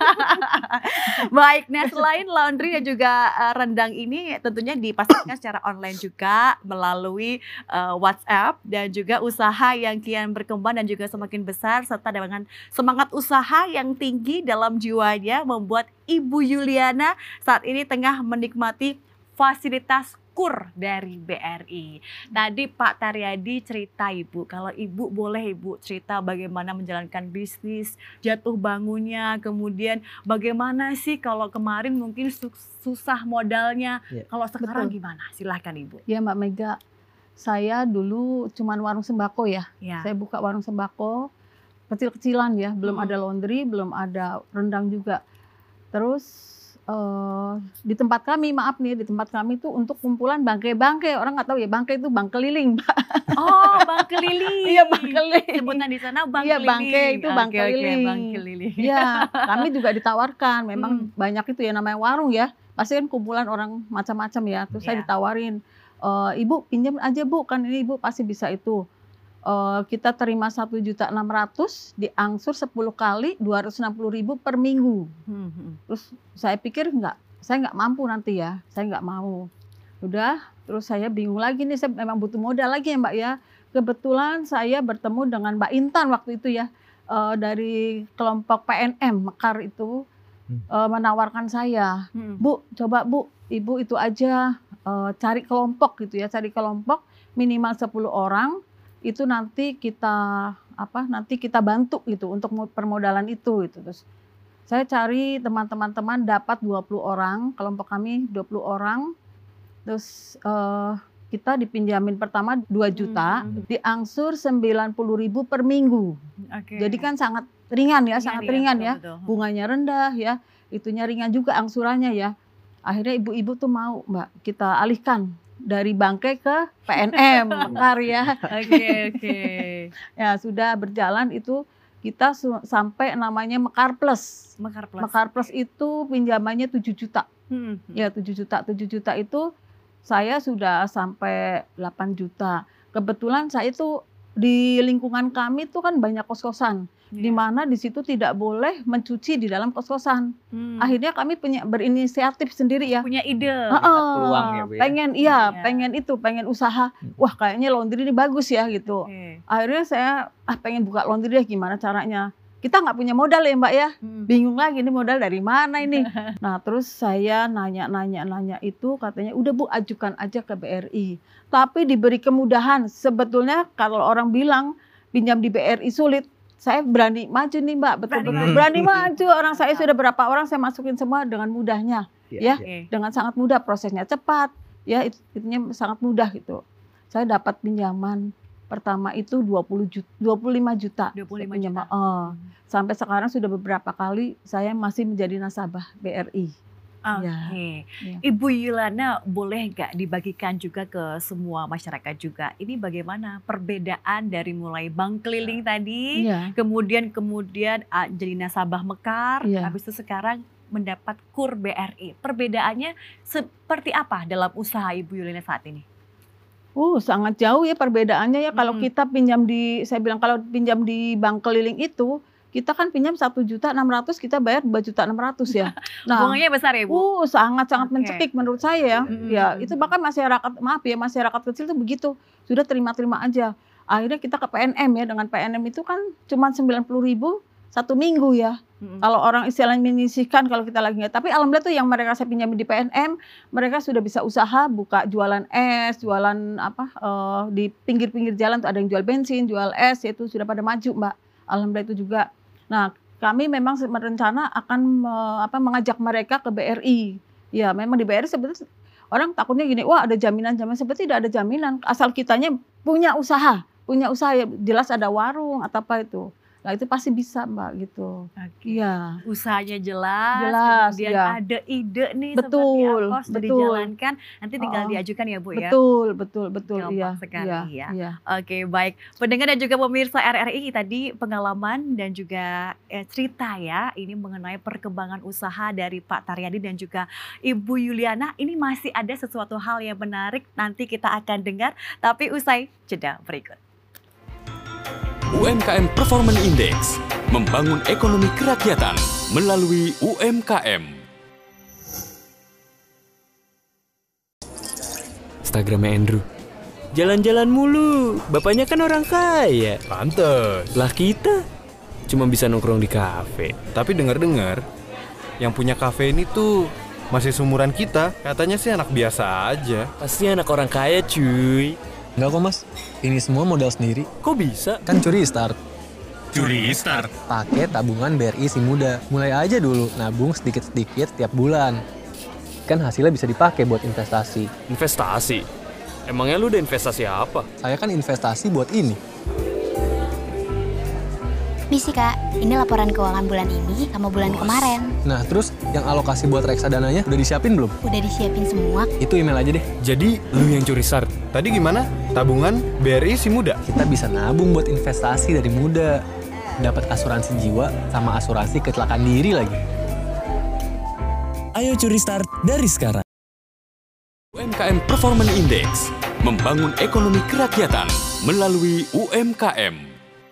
Speaker 3: Baik, nah selain laundry dan juga uh, rendang ini tentunya dipasarkan secara online juga melalui uh, WhatsApp, dan juga usaha yang kian berkembang dan juga semakin besar, serta dengan semangat usaha yang tinggi dalam jiwanya membuat Ibu Yuliana saat ini tengah menikmati fasilitas kur dari B R I. Tadi Pak Taryadi cerita Ibu, kalau Ibu boleh Ibu cerita bagaimana menjalankan bisnis, jatuh bangunnya, kemudian bagaimana sih kalau kemarin mungkin su- susah modalnya,
Speaker 4: Ya.
Speaker 3: kalau sekarang
Speaker 8: Betul.
Speaker 3: gimana? Silahkan Ibu.
Speaker 8: Ya Mbak Mega, saya dulu cuman warung sembako ya.
Speaker 3: Ya.
Speaker 8: Saya buka warung sembako kecil-kecilan ya, belum
Speaker 3: Mm-mm.
Speaker 8: ada laundry, belum ada rendang juga. Terus eh, di tempat kami, maaf nih, di tempat kami itu untuk kumpulan bangke-bangke. Orang nggak tahu ya, bangke itu bang keliling, Mbak.
Speaker 3: Oh, bang keliling.
Speaker 8: Iya, bang keliling.
Speaker 3: Sebutan di sana bang
Speaker 8: Iya,
Speaker 3: keliling.
Speaker 8: bangke itu bang
Speaker 3: Oke, oke,
Speaker 8: keliling.
Speaker 3: bang keliling.
Speaker 8: Iya, kami juga ditawarkan. Memang
Speaker 3: Hmm.
Speaker 8: banyak itu ya namanya warung ya. Pasti kan kumpulan orang macam-macam ya. Terus saya
Speaker 3: Iya.
Speaker 8: ditawarin, "Eh, Ibu pinjam aja Bu, kan ini Ibu pasti bisa itu." Eh, kita terima satu juta enam ratus, diangsur sepuluh kali dua ratus enam puluh ribu per minggu.
Speaker 3: Hmm, hmm.
Speaker 8: Terus saya pikir enggak, saya nggak mampu nanti ya, saya nggak mau. Udah, terus saya bingung lagi nih, saya memang butuh modal lagi ya Mbak ya. Kebetulan saya bertemu dengan Mbak Intan waktu itu ya, eh, dari kelompok P N M Mekar itu
Speaker 4: Hmm.
Speaker 8: eh, menawarkan saya,
Speaker 3: Hmm.
Speaker 8: Bu, coba Bu, Ibu itu aja eh, cari kelompok gitu ya, cari kelompok minimal sepuluh orang, itu nanti kita apa? Nanti kita bantu gitu untuk mo- permodalan itu gitu. Terus saya cari teman-teman dapat dua puluh orang, kelompok kami dua puluh orang. Terus eh, kita dipinjamin pertama dua juta,
Speaker 3: Hmm.
Speaker 8: diangsur sembilan puluh ribu per minggu.
Speaker 3: Oke.
Speaker 8: Jadi kan sangat ringan ya, sangat ringan ya.
Speaker 3: betul, betul.
Speaker 8: Bunganya rendah ya, itunya ringan juga angsurannya ya. Akhirnya ibu-ibu tuh mau Mbak, kita alihkan dari bangke ke P N M Mekar ya.
Speaker 3: Oke, oke.
Speaker 8: Ya sudah berjalan itu kita su- sampai namanya Mekar Plus.
Speaker 3: Mekar Plus.
Speaker 8: Mekar Plus itu pinjamannya tujuh juta.
Speaker 3: Hmm.
Speaker 8: Ya tujuh juta, tujuh juta itu saya sudah sampai delapan juta. Kebetulan saya itu di lingkungan kami itu kan banyak kos-kosan, di
Speaker 3: Iya.
Speaker 8: mana di situ tidak boleh mencuci di dalam kos-kosan.
Speaker 3: Hmm.
Speaker 8: Akhirnya kami punya berinisiatif sendiri ya.
Speaker 3: punya ide.
Speaker 8: Heeh,
Speaker 4: peluang ya, Bu, ya?
Speaker 8: pengen iya,
Speaker 3: Iya.
Speaker 8: pengen itu, pengen usaha. Wah, kayaknya laundry ini bagus ya gitu.
Speaker 3: Oke.
Speaker 8: Akhirnya saya ah pengen buka laundry deh, gimana caranya? Kita nggak punya modal ya Mbak ya.
Speaker 3: Hmm.
Speaker 8: Bingung lagi ini modal dari mana ini. Nah terus saya nanya-nanya-nanya itu katanya udah Bu ajukan aja ke B R I. Tapi diberi kemudahan. Sebetulnya kalau orang bilang pinjam di B R I sulit, saya berani maju nih Mbak, betul-betul
Speaker 3: Berani
Speaker 8: berani maju. Orang saya sudah berapa orang saya masukin semua dengan mudahnya, ya,
Speaker 3: Oke.
Speaker 8: dengan sangat mudah, prosesnya cepat, ya it- itunya sangat mudah gitu. Saya dapat pinjaman pertama itu dua puluh juta, dua puluh lima juta.
Speaker 3: dua puluh lima
Speaker 8: Saya pinjam.
Speaker 3: juta.
Speaker 8: Eh, sampai sekarang sudah beberapa kali saya masih menjadi nasabah B R I.
Speaker 3: Oke.
Speaker 8: Ya, ya.
Speaker 3: Ibu Yuliana boleh nggak dibagikan juga ke semua masyarakat juga? Ini bagaimana perbedaan dari mulai bank keliling tadi,
Speaker 8: Iya.
Speaker 3: kemudian kemudian ah, jadi nasabah Mekar,
Speaker 8: Iya.
Speaker 3: habis itu sekarang mendapat kur B R I. Perbedaannya seperti apa dalam usaha Ibu Yuliana saat ini?
Speaker 8: Uh, sangat jauh ya perbedaannya ya. Kalau
Speaker 3: Mm-mm.
Speaker 8: kita pinjam di, saya bilang kalau pinjam di bank keliling itu, kita kan pinjam satu juta enam ratus, kita bayar dua juta enam ratus ya. Nah,
Speaker 3: bunganya besar ya, Bu?
Speaker 8: Uh, sangat-sangat
Speaker 3: Oke.
Speaker 8: mencekik menurut saya.
Speaker 3: Mm-mm.
Speaker 8: Ya, itu bahkan masyarakat, maaf ya, masyarakat kecil itu begitu. Sudah terima-terima aja. Akhirnya kita ke P N M ya, dengan P N M itu kan cuma sembilan puluh ribu satu minggu ya.
Speaker 3: Mm-mm.
Speaker 8: Kalau orang istilahnya menyisihkan kalau kita lagi nggak. Tapi alhamdulillah tuh yang mereka saya pinjami di P N M, mereka sudah bisa usaha, buka jualan es, jualan apa eh, di pinggir-pinggir jalan tuh ada yang jual bensin, jual es, itu sudah pada maju, Mbak. Alhamdulillah itu juga. Nah, kami memang berencana akan eh, apa mengajak mereka ke B R I. Ya, memang di B R I sebetulnya orang takutnya gini, wah ada jaminan, jaminan sebetulnya tidak ada jaminan. Asal kitanya punya usaha, punya usaha ya jelas ada warung atau apa itu. Nah, itu pasti bisa, Mbak, gitu.
Speaker 3: Oke.
Speaker 8: Iya.
Speaker 3: Usahanya jelas,
Speaker 8: Jelas,
Speaker 3: kemudian
Speaker 8: iya.
Speaker 3: ada ide nih
Speaker 8: Betul,
Speaker 3: seperti apa sudah
Speaker 8: betul.
Speaker 3: dijalankan, nanti tinggal
Speaker 8: Oh,
Speaker 3: diajukan ya, Bu ya.
Speaker 8: Betul, betul, betul.
Speaker 3: Gampang
Speaker 8: Iya,
Speaker 3: sekali
Speaker 8: iya,
Speaker 3: ya.
Speaker 8: iya.
Speaker 3: Oke, baik. Pendengar dan juga pemirsa R R I tadi pengalaman dan juga eh, cerita ya, ini mengenai perkembangan usaha dari Pak Taryadi dan juga Ibu Yuliana. Ini masih ada sesuatu hal yang menarik, nanti kita akan dengar, tapi usai jeda berikut.
Speaker 1: U M K M Performance Index, membangun ekonomi kerakyatan melalui U M K M.
Speaker 9: Instagramnya Andrew. Jalan-jalan mulu, bapaknya kan orang kaya.
Speaker 2: Pantes.
Speaker 9: Lah kita cuma bisa nongkrong di kafe.
Speaker 2: Tapi dengar-dengar yang punya kafe ini tuh masih seumuran kita. Katanya sih anak biasa aja.
Speaker 9: Pasti anak orang kaya cuy.
Speaker 10: Enggak kok mas, ini semua modal sendiri.
Speaker 9: Kok bisa?
Speaker 10: Kan curi start.
Speaker 2: Curi start.
Speaker 10: Pakai tabungan B R I Si Muda. Mulai aja dulu, nabung sedikit-sedikit tiap bulan. Kan hasilnya bisa dipakai buat investasi.
Speaker 9: Investasi? Emangnya lu udah investasi apa?
Speaker 10: Saya kan investasi buat ini.
Speaker 11: Misi Kak, ini laporan keuangan bulan ini sama bulan kemarin.
Speaker 10: Nah terus yang alokasi buat reksadananya udah disiapin belum?
Speaker 11: Udah disiapin semua.
Speaker 10: Itu email aja deh.
Speaker 9: Jadi lu yang curi start?
Speaker 2: Tadi gimana? Tabungan B R I Si Muda.
Speaker 10: Kita bisa nabung buat investasi dari muda. Dapat asuransi jiwa sama asuransi kecelakaan diri lagi.
Speaker 9: Ayo curi start dari sekarang.
Speaker 1: U M K M Performance Index, membangun ekonomi kerakyatan melalui U M K M.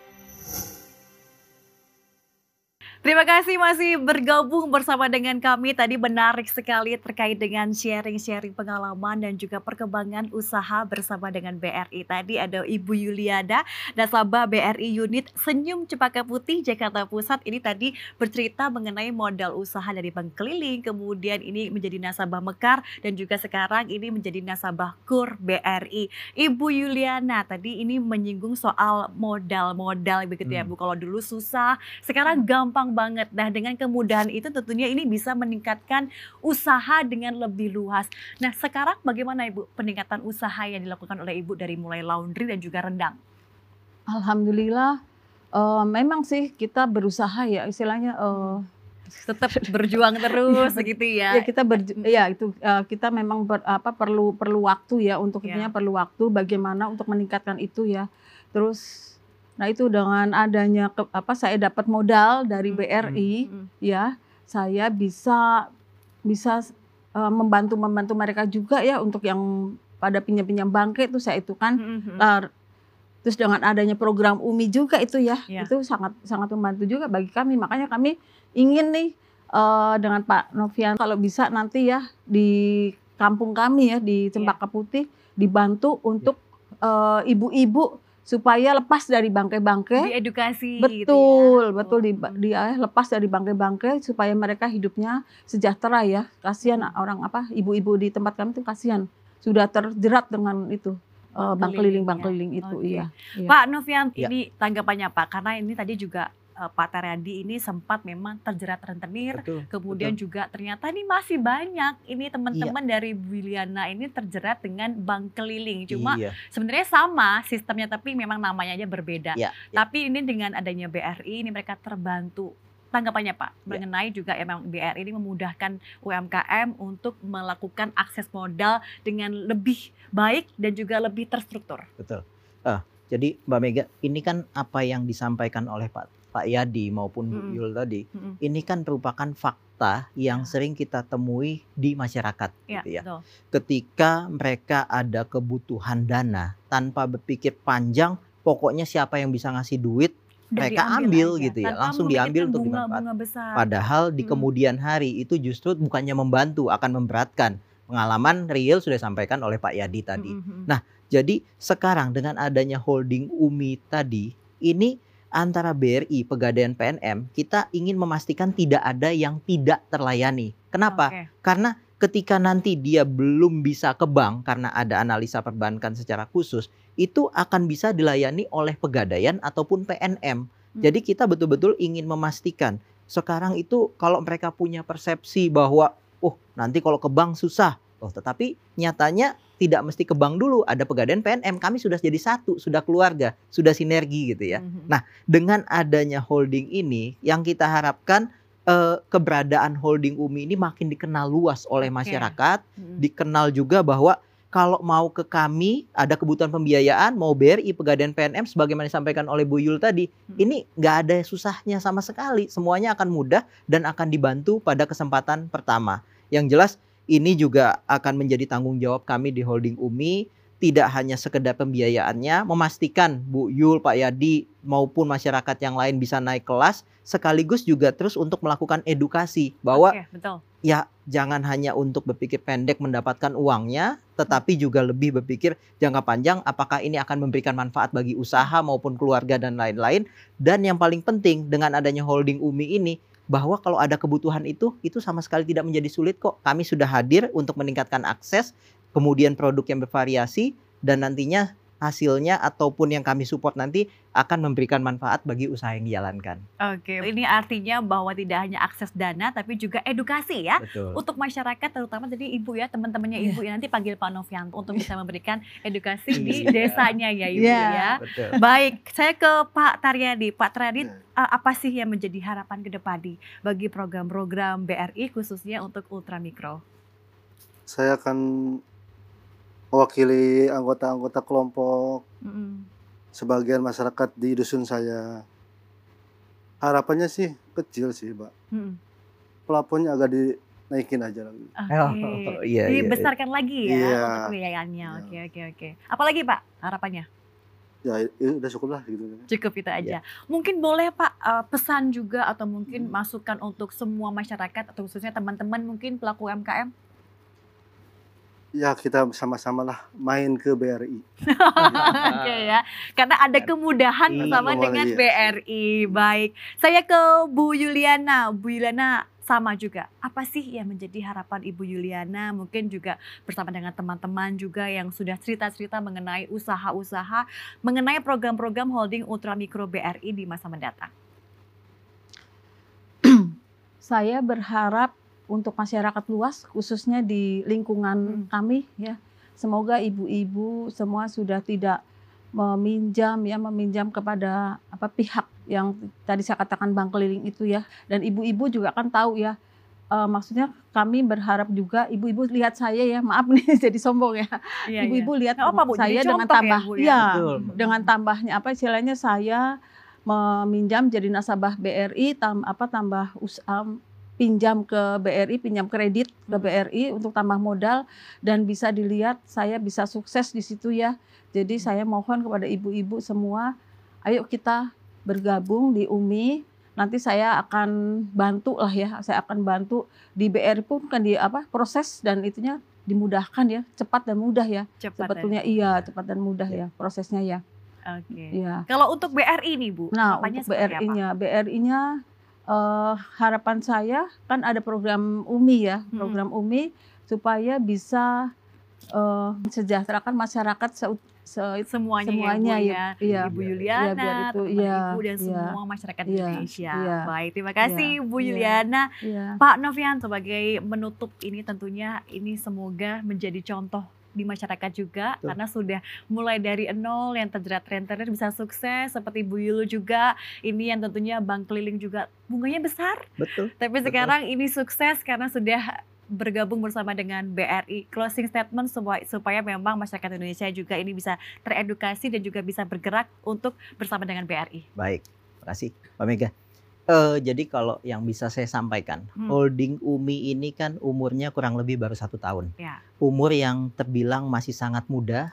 Speaker 3: Terima kasih masih bergabung bersama dengan kami. Tadi menarik sekali terkait dengan sharing-sharing pengalaman dan juga perkembangan usaha bersama dengan B R I. Tadi ada Ibu Yuliana, nasabah B R I unit Senyum Cempaka Putih, Jakarta Pusat. Ini tadi bercerita mengenai modal usaha dari bank keliling, kemudian ini menjadi nasabah Mekar, dan juga sekarang ini menjadi nasabah KUR B R I. Ibu Yuliana tadi ini menyinggung soal modal-modal begitu ya, Bu. Kalau dulu susah, sekarang gampang banget. Nah, dengan kemudahan itu tentunya ini bisa meningkatkan usaha dengan lebih luas. Nah, sekarang bagaimana Ibu peningkatan usaha yang dilakukan oleh Ibu dari mulai laundry dan juga rendang?
Speaker 8: Alhamdulillah, eh, memang sih kita berusaha ya, istilahnya eh,
Speaker 3: tetap berjuang terus begitu ya.
Speaker 8: Ya kita ber, ya itu eh, kita memang ber, apa perlu perlu waktu ya untuk
Speaker 3: Ya.
Speaker 8: intinya perlu waktu bagaimana untuk meningkatkan itu ya. Terus nah itu dengan adanya ke, apa saya dapat modal dari B R I
Speaker 3: Hmm.
Speaker 8: ya, saya bisa bisa eh, membantu membantu mereka juga ya untuk yang pada pinjam-pinjam bangke itu saya itu kan.
Speaker 3: Hmm.
Speaker 8: Nah, terus dengan adanya program U M I juga itu ya,
Speaker 3: Ya.
Speaker 8: itu sangat sangat membantu juga bagi kami. Makanya kami ingin nih eh, dengan Pak Novian kalau bisa nanti ya di kampung kami ya di Cempaka Putih dibantu untuk eh, ibu-ibu supaya lepas dari bangke-bangke.
Speaker 3: Diedukasi
Speaker 8: Betul,
Speaker 3: gitu ya.
Speaker 8: betul di, di eh, lepas dari bangke-bangke supaya mereka hidupnya sejahtera ya. Kasihan orang apa ibu-ibu di tempat kami itu kasihan sudah terjerat dengan itu eh, bank keliling bank keliling itu.
Speaker 3: Oke.
Speaker 8: Iya, iya.
Speaker 3: Pak Novian,
Speaker 4: Ya.
Speaker 3: ini tanggapannya Pak, karena ini tadi juga eh, Pak Taryadi ini sempat memang terjerat rentenir,
Speaker 4: Betul,
Speaker 3: kemudian
Speaker 4: betul.
Speaker 3: juga ternyata ini masih banyak ini teman-teman dari Bu Yuliana ini terjerat dengan bank keliling. Cuma
Speaker 4: Iya.
Speaker 3: sebenarnya sama sistemnya tapi memang namanya aja berbeda.
Speaker 4: Ya, ya.
Speaker 3: Tapi ini dengan adanya B R I ini mereka terbantu. Tanggapannya Pak
Speaker 4: Ya.
Speaker 3: mengenai juga emang B R I ini memudahkan U M K M untuk melakukan akses modal dengan lebih baik dan juga lebih terstruktur.
Speaker 4: Betul. Ah, jadi Mbak Mega, ini kan apa yang disampaikan oleh Pak Pak Yadi maupun Bu
Speaker 3: Mm-mm.
Speaker 4: Yul tadi,
Speaker 3: Mm-mm.
Speaker 4: ini kan merupakan fakta yang sering kita temui di masyarakat,
Speaker 3: Ya,
Speaker 4: gitu ya.
Speaker 3: betul.
Speaker 4: Ketika mereka ada kebutuhan dana, tanpa berpikir panjang, pokoknya siapa yang bisa ngasih duit,
Speaker 3: Udah
Speaker 4: mereka
Speaker 3: diambil
Speaker 4: ambil
Speaker 3: aja,
Speaker 4: gitu ya,
Speaker 3: tanpa
Speaker 4: langsung diambil
Speaker 3: memikirkan
Speaker 4: untuk
Speaker 3: bunga-bunga
Speaker 4: dimanfaatkan.
Speaker 3: besar.
Speaker 4: Padahal di
Speaker 3: Hmm.
Speaker 4: kemudian hari itu justru bukannya membantu, akan memberatkan. Pengalaman real sudah disampaikan oleh Pak Yadi tadi.
Speaker 3: Mm-mm.
Speaker 4: Nah, jadi sekarang dengan adanya holding U M I tadi, ini antara B R I, Pegadaian P N M, kita ingin memastikan tidak ada yang tidak terlayani. Kenapa?
Speaker 3: Oke.
Speaker 4: Karena ketika nanti dia belum bisa ke bank karena ada analisa perbankan secara khusus, itu akan bisa dilayani oleh Pegadaian ataupun P N M. Jadi kita betul-betul ingin memastikan sekarang itu kalau mereka punya persepsi bahwa oh nanti kalau ke bank susah. Oh, tetapi nyatanya tidak mesti ke bank dulu, ada Pegadaian P N M, kami sudah jadi satu, sudah keluarga, sudah sinergi gitu ya.
Speaker 3: Mhm.
Speaker 4: Nah, dengan adanya holding ini yang kita harapkan eh, keberadaan holding U M I ini makin dikenal luas oleh
Speaker 3: Oke.
Speaker 4: masyarakat,
Speaker 3: Mm-mm.
Speaker 4: dikenal juga bahwa kalau mau ke kami ada kebutuhan pembiayaan, mau B R I, Pegadaian P N M, sebagaimana disampaikan oleh Bu Yul tadi,
Speaker 3: Hmm.
Speaker 4: ini nggak ada susahnya sama sekali. Semuanya akan mudah dan akan dibantu pada kesempatan pertama. Yang jelas ini juga akan menjadi tanggung jawab kami di holding U M I, tidak hanya sekedar pembiayaannya, memastikan Bu Yul, Pak Yadi maupun masyarakat yang lain bisa naik kelas, sekaligus juga terus untuk melakukan edukasi bahwa
Speaker 3: Oke, betul.
Speaker 4: ya jangan hanya untuk berpikir pendek mendapatkan uangnya, tetapi juga lebih berpikir jangka panjang apakah ini akan memberikan manfaat bagi usaha maupun keluarga dan lain-lain. Dan yang paling penting dengan adanya holding U M I ini, bahwa kalau ada kebutuhan itu, itu sama sekali tidak menjadi sulit kok. Kami sudah hadir untuk meningkatkan akses, kemudian produk yang bervariasi, dan nantinya hasilnya ataupun yang kami support nanti akan memberikan manfaat bagi usaha yang dijalankan.
Speaker 3: Oke, ini artinya bahwa tidak hanya akses dana tapi juga edukasi ya.
Speaker 4: Betul.
Speaker 3: Untuk masyarakat terutama jadi ibu ya, teman-temannya ibu ya, nanti panggil Pak Novianto untuk bisa memberikan edukasi di
Speaker 4: Iya.
Speaker 3: desanya ya ibu
Speaker 8: Iya.
Speaker 3: ya.
Speaker 4: Betul.
Speaker 3: Baik, saya ke Pak Taryadi. Pak Taryadi, uh, apa sih yang menjadi harapan ke depan nih bagi program-program B R I khususnya untuk ultramikro?
Speaker 7: Saya akan mewakili anggota-anggota kelompok
Speaker 3: Mm-mm.
Speaker 7: sebagian masyarakat di dusun saya. Harapannya sih kecil sih, Mbak.
Speaker 3: Mm-mm.
Speaker 7: Plafonnya agak dinaikin aja lagi.
Speaker 3: Oke,
Speaker 4: Oh, iya, iya,
Speaker 3: dibesarkan lagi ya
Speaker 7: Iya.
Speaker 3: untuk pembiayaannya. Oke, oke, oke. Apalagi Pak harapannya?
Speaker 7: Ya, itu udah cukup lah gitu.
Speaker 3: Cukup itu aja. Mungkin boleh Pak uh, pesan juga atau mungkin masukan untuk semua masyarakat atau khususnya teman-teman mungkin pelaku U M K M?
Speaker 7: Ya, kita sama-sama lah main ke B R I.
Speaker 3: Oke ya, karena ada kemudahan
Speaker 7: Iya,
Speaker 3: bersama
Speaker 7: kemudahan,
Speaker 3: dengan
Speaker 7: iya.
Speaker 3: B R I. Baik, saya ke Bu Yuliana. Bu Yuliana sama juga. Apa sih yang menjadi harapan Ibu Yuliana? Mungkin juga bersama dengan teman-teman juga yang sudah cerita-cerita mengenai usaha-usaha, mengenai program-program holding ultramikro B R I di masa mendatang.
Speaker 8: Saya berharap untuk masyarakat luas, khususnya di lingkungan kami ya, semoga ibu-ibu semua sudah tidak meminjam ya, meminjam kepada apa pihak yang tadi saya katakan bank keliling itu ya, dan ibu-ibu juga kan tahu ya. Uh, maksudnya kami berharap juga ibu-ibu lihat saya ya, maaf nih jadi sombong ya.
Speaker 3: Iya,
Speaker 8: Ibu-ibu
Speaker 3: iya.
Speaker 8: lihat
Speaker 3: Nggak apa, Bu,
Speaker 8: saya
Speaker 3: jadi
Speaker 8: dengan
Speaker 3: contoh ya,
Speaker 8: tambah
Speaker 3: Bu, ya.
Speaker 8: ya,
Speaker 4: Betul.
Speaker 8: dengan tambahnya apa istilahnya saya meminjam jadi nasabah B R I tam, apa tambah us, um, pinjam ke B R I, pinjam kredit ke B R I untuk tambah modal, dan bisa dilihat saya bisa sukses di situ ya. Jadi saya mohon kepada ibu-ibu semua, ayo kita bergabung di U M I. Nanti saya akan bantu lah ya, saya akan bantu di B R I pun kan di apa proses dan itunya dimudahkan ya, cepat dan mudah ya.
Speaker 3: Cepat
Speaker 8: Sebetulnya iya cepat dan mudah ya prosesnya ya.
Speaker 3: Oke.
Speaker 8: Iya.
Speaker 3: Kalau untuk B R I nih Bu,
Speaker 8: Nah
Speaker 3: harapannya
Speaker 8: untuk B
Speaker 3: seperti
Speaker 8: R
Speaker 3: apa?
Speaker 8: I-nya, B R I-nya uh, harapan saya kan ada program U M I ya, program U M I supaya bisa uh, mensejahterakan masyarakat se se
Speaker 3: Semuanya,
Speaker 8: semuanya
Speaker 3: ya, Bu,
Speaker 8: ya,
Speaker 3: ya.
Speaker 8: iya.
Speaker 3: Ibu
Speaker 8: Iya,
Speaker 3: Yuliana,
Speaker 8: biar itu,
Speaker 3: teman-teman
Speaker 8: iya,
Speaker 3: Ibu dan
Speaker 8: iya,
Speaker 3: semua masyarakat
Speaker 8: iya,
Speaker 3: Indonesia.
Speaker 8: iya,
Speaker 3: Baik, terima kasih
Speaker 8: iya,
Speaker 3: Bu
Speaker 8: iya,
Speaker 3: Yuliana.
Speaker 8: iya.
Speaker 3: Pak Novianto, sebagai menutup ini tentunya ini semoga menjadi contoh di masyarakat juga.
Speaker 4: Betul.
Speaker 3: Karena sudah mulai dari nol yang terjerat-rentener bisa sukses seperti Bu Yulu juga. Ini yang tentunya bank keliling juga bunganya besar.
Speaker 4: Betul.
Speaker 3: Tapi
Speaker 4: Betul.
Speaker 3: sekarang ini sukses karena sudah bergabung bersama dengan B R I. Closing statement supaya, supaya memang masyarakat Indonesia juga ini bisa teredukasi dan juga bisa bergerak untuk bersama dengan B R I.
Speaker 4: Baik, terima kasih Mbak Mega. Eh, jadi kalau yang bisa saya sampaikan,
Speaker 3: Hmm.
Speaker 4: holding U M I ini kan umurnya kurang lebih baru satu tahun.
Speaker 3: Ya.
Speaker 4: Umur yang terbilang masih sangat muda,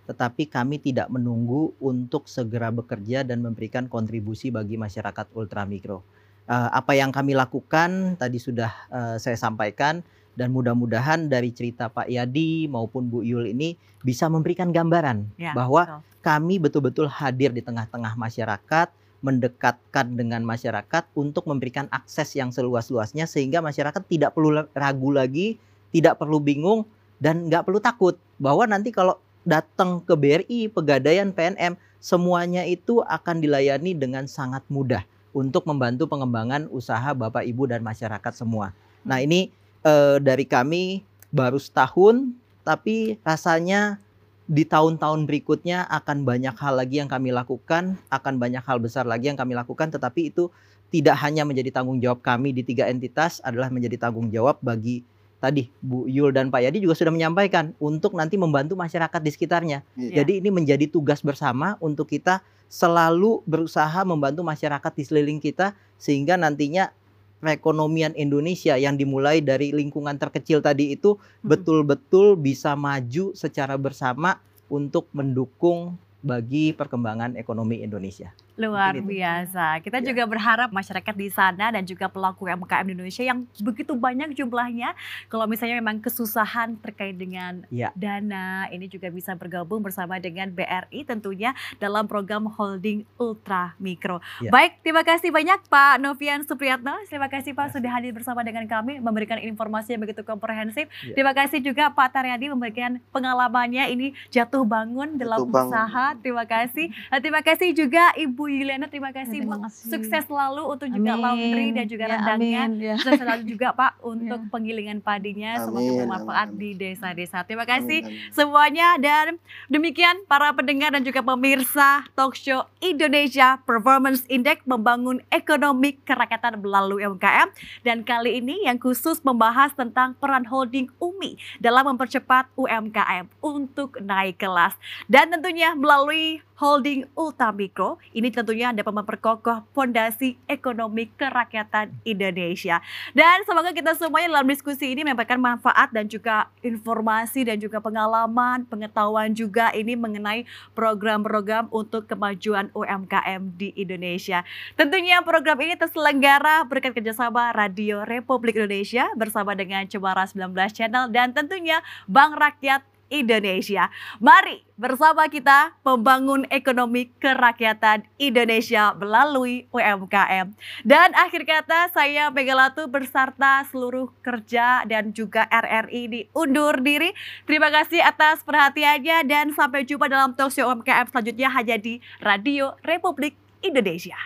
Speaker 4: tetapi kami tidak menunggu untuk segera bekerja dan memberikan kontribusi bagi masyarakat ultramikro. Uh, apa yang kami lakukan tadi sudah uh, saya sampaikan, dan mudah-mudahan dari cerita Pak Yadi maupun Bu Yul ini bisa memberikan gambaran ya, bahwa betul. Kami betul-betul hadir di tengah-tengah masyarakat, mendekatkan dengan masyarakat untuk memberikan akses yang seluas-luasnya sehingga masyarakat tidak perlu ragu lagi, tidak perlu bingung, dan nggak perlu takut bahwa nanti kalau datang ke B R I, Pegadaian, P N M, semuanya itu akan dilayani dengan sangat mudah untuk membantu pengembangan usaha Bapak, Ibu, dan masyarakat semua. Nah ini eh, dari kami baru setahun, tapi rasanya di tahun-tahun berikutnya akan banyak hal lagi yang kami lakukan, akan banyak hal besar lagi yang kami lakukan, tetapi itu tidak hanya menjadi tanggung jawab kami di tiga entitas, adalah menjadi tanggung jawab bagi tadi Bu Yul dan Pak Yadi juga sudah menyampaikan untuk nanti membantu masyarakat di sekitarnya. Yeah. Jadi ini menjadi tugas bersama untuk kita selalu berusaha membantu masyarakat di sekeliling kita sehingga nantinya perekonomian Indonesia yang dimulai dari lingkungan terkecil tadi itu betul-betul bisa maju secara bersama untuk mendukung bagi perkembangan ekonomi Indonesia.
Speaker 3: Luar biasa. Kita ya. juga berharap masyarakat di sana dan juga pelaku U M K M di Indonesia yang begitu banyak jumlahnya, kalau misalnya memang kesusahan terkait dengan ya. dana, ini juga bisa bergabung bersama dengan B R I tentunya dalam program Holding Ultra Mikro. Ya. Baik, terima kasih banyak Pak Novian Supriyatno. Terima kasih Pak ya. sudah hadir bersama dengan kami, memberikan informasi yang begitu komprehensif. Ya. Terima kasih juga Pak Taryadi memberikan pengalamannya ini jatuh bangun dalam jatuh usaha. Bangun. Terima kasih. Nah, terima kasih juga Ibu Yuliana, terima kasih Bu. Kasih. Sukses selalu untuk juga amin. laundry dan juga ya, rendangnya. Ya. Sukses selalu juga Pak untuk ya. penggilingan padinya. Amin. Semoga bermanfaat amin. di desa-desa. Terima kasih amin. semuanya, dan demikian para pendengar dan juga pemirsa Talk Show Indonesia Performance Index membangun ekonomi kerakyatan melalui U M K M. Dan kali ini yang khusus membahas tentang peran holding U M I dalam mempercepat U M K M untuk naik kelas. Dan tentunya melalui Holding Ultra Mikro ini tentunya dapat memperkokoh fondasi ekonomi kerakyatan Indonesia. Dan semoga kita semuanya dalam diskusi ini mendapatkan manfaat dan juga informasi dan juga pengalaman, pengetahuan juga ini mengenai program-program untuk kemajuan U M K M di Indonesia. Tentunya program ini terselenggara berkat kerjasama Radio Republik Indonesia bersama dengan Cemara sembilan belas Channel dan tentunya Bank Rakyat Indonesia. Mari bersama kita membangun ekonomi kerakyatan Indonesia melalui U M K M. Dan akhir kata saya Megalatu beserta seluruh kerja dan juga R R I diundur diri. Terima kasih atas perhatiannya dan sampai jumpa dalam talk show U M K M selanjutnya hanya di Radio Republik Indonesia.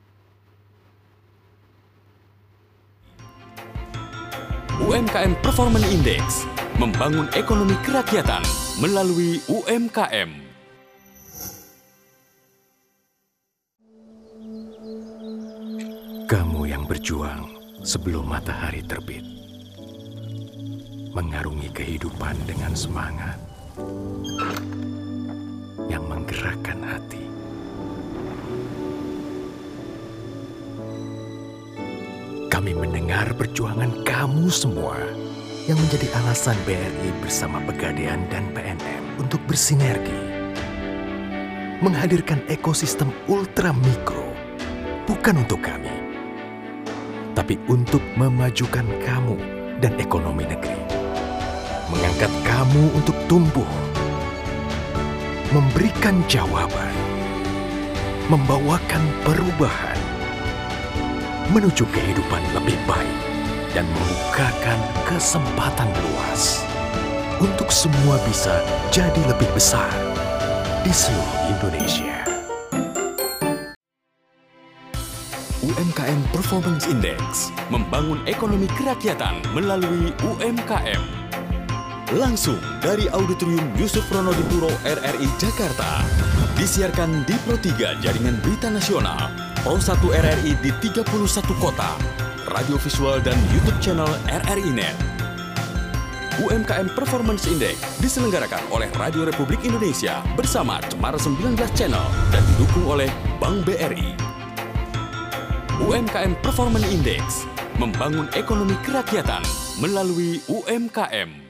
Speaker 1: U M K M Performance Index membangun ekonomi kerakyatan melalui U M K M.
Speaker 2: Kamu yang berjuang sebelum matahari terbit, mengarungi kehidupan dengan semangat yang menggerakkan hati. Kami mendengar perjuangan kamu semua yang menjadi alasan B R I bersama Pegadaian dan P N M untuk bersinergi. Menghadirkan ekosistem ultra mikro, bukan untuk kami, tapi untuk memajukan kamu dan ekonomi negeri. Mengangkat kamu untuk tumbuh, memberikan jawaban, membawakan perubahan, menuju kehidupan lebih baik, dan membukakan kesempatan luas untuk semua bisa jadi lebih besar di seluruh Indonesia.
Speaker 1: U M K M Performance Index membangun ekonomi kerakyatan melalui U M K M. Langsung dari Auditorium Yusuf Ronodipuro R R I Jakarta. Disiarkan di Pro tiga Jaringan Berita Nasional, Pro satu R R I di tiga puluh satu kota, radio visual dan YouTube channel R R I Net. U M K M Performance Index diselenggarakan oleh Radio Republik Indonesia bersama Cemara sembilan belas Channel dan didukung oleh Bank B R I. U M K M Performance Index membangun ekonomi kerakyatan melalui U M K M.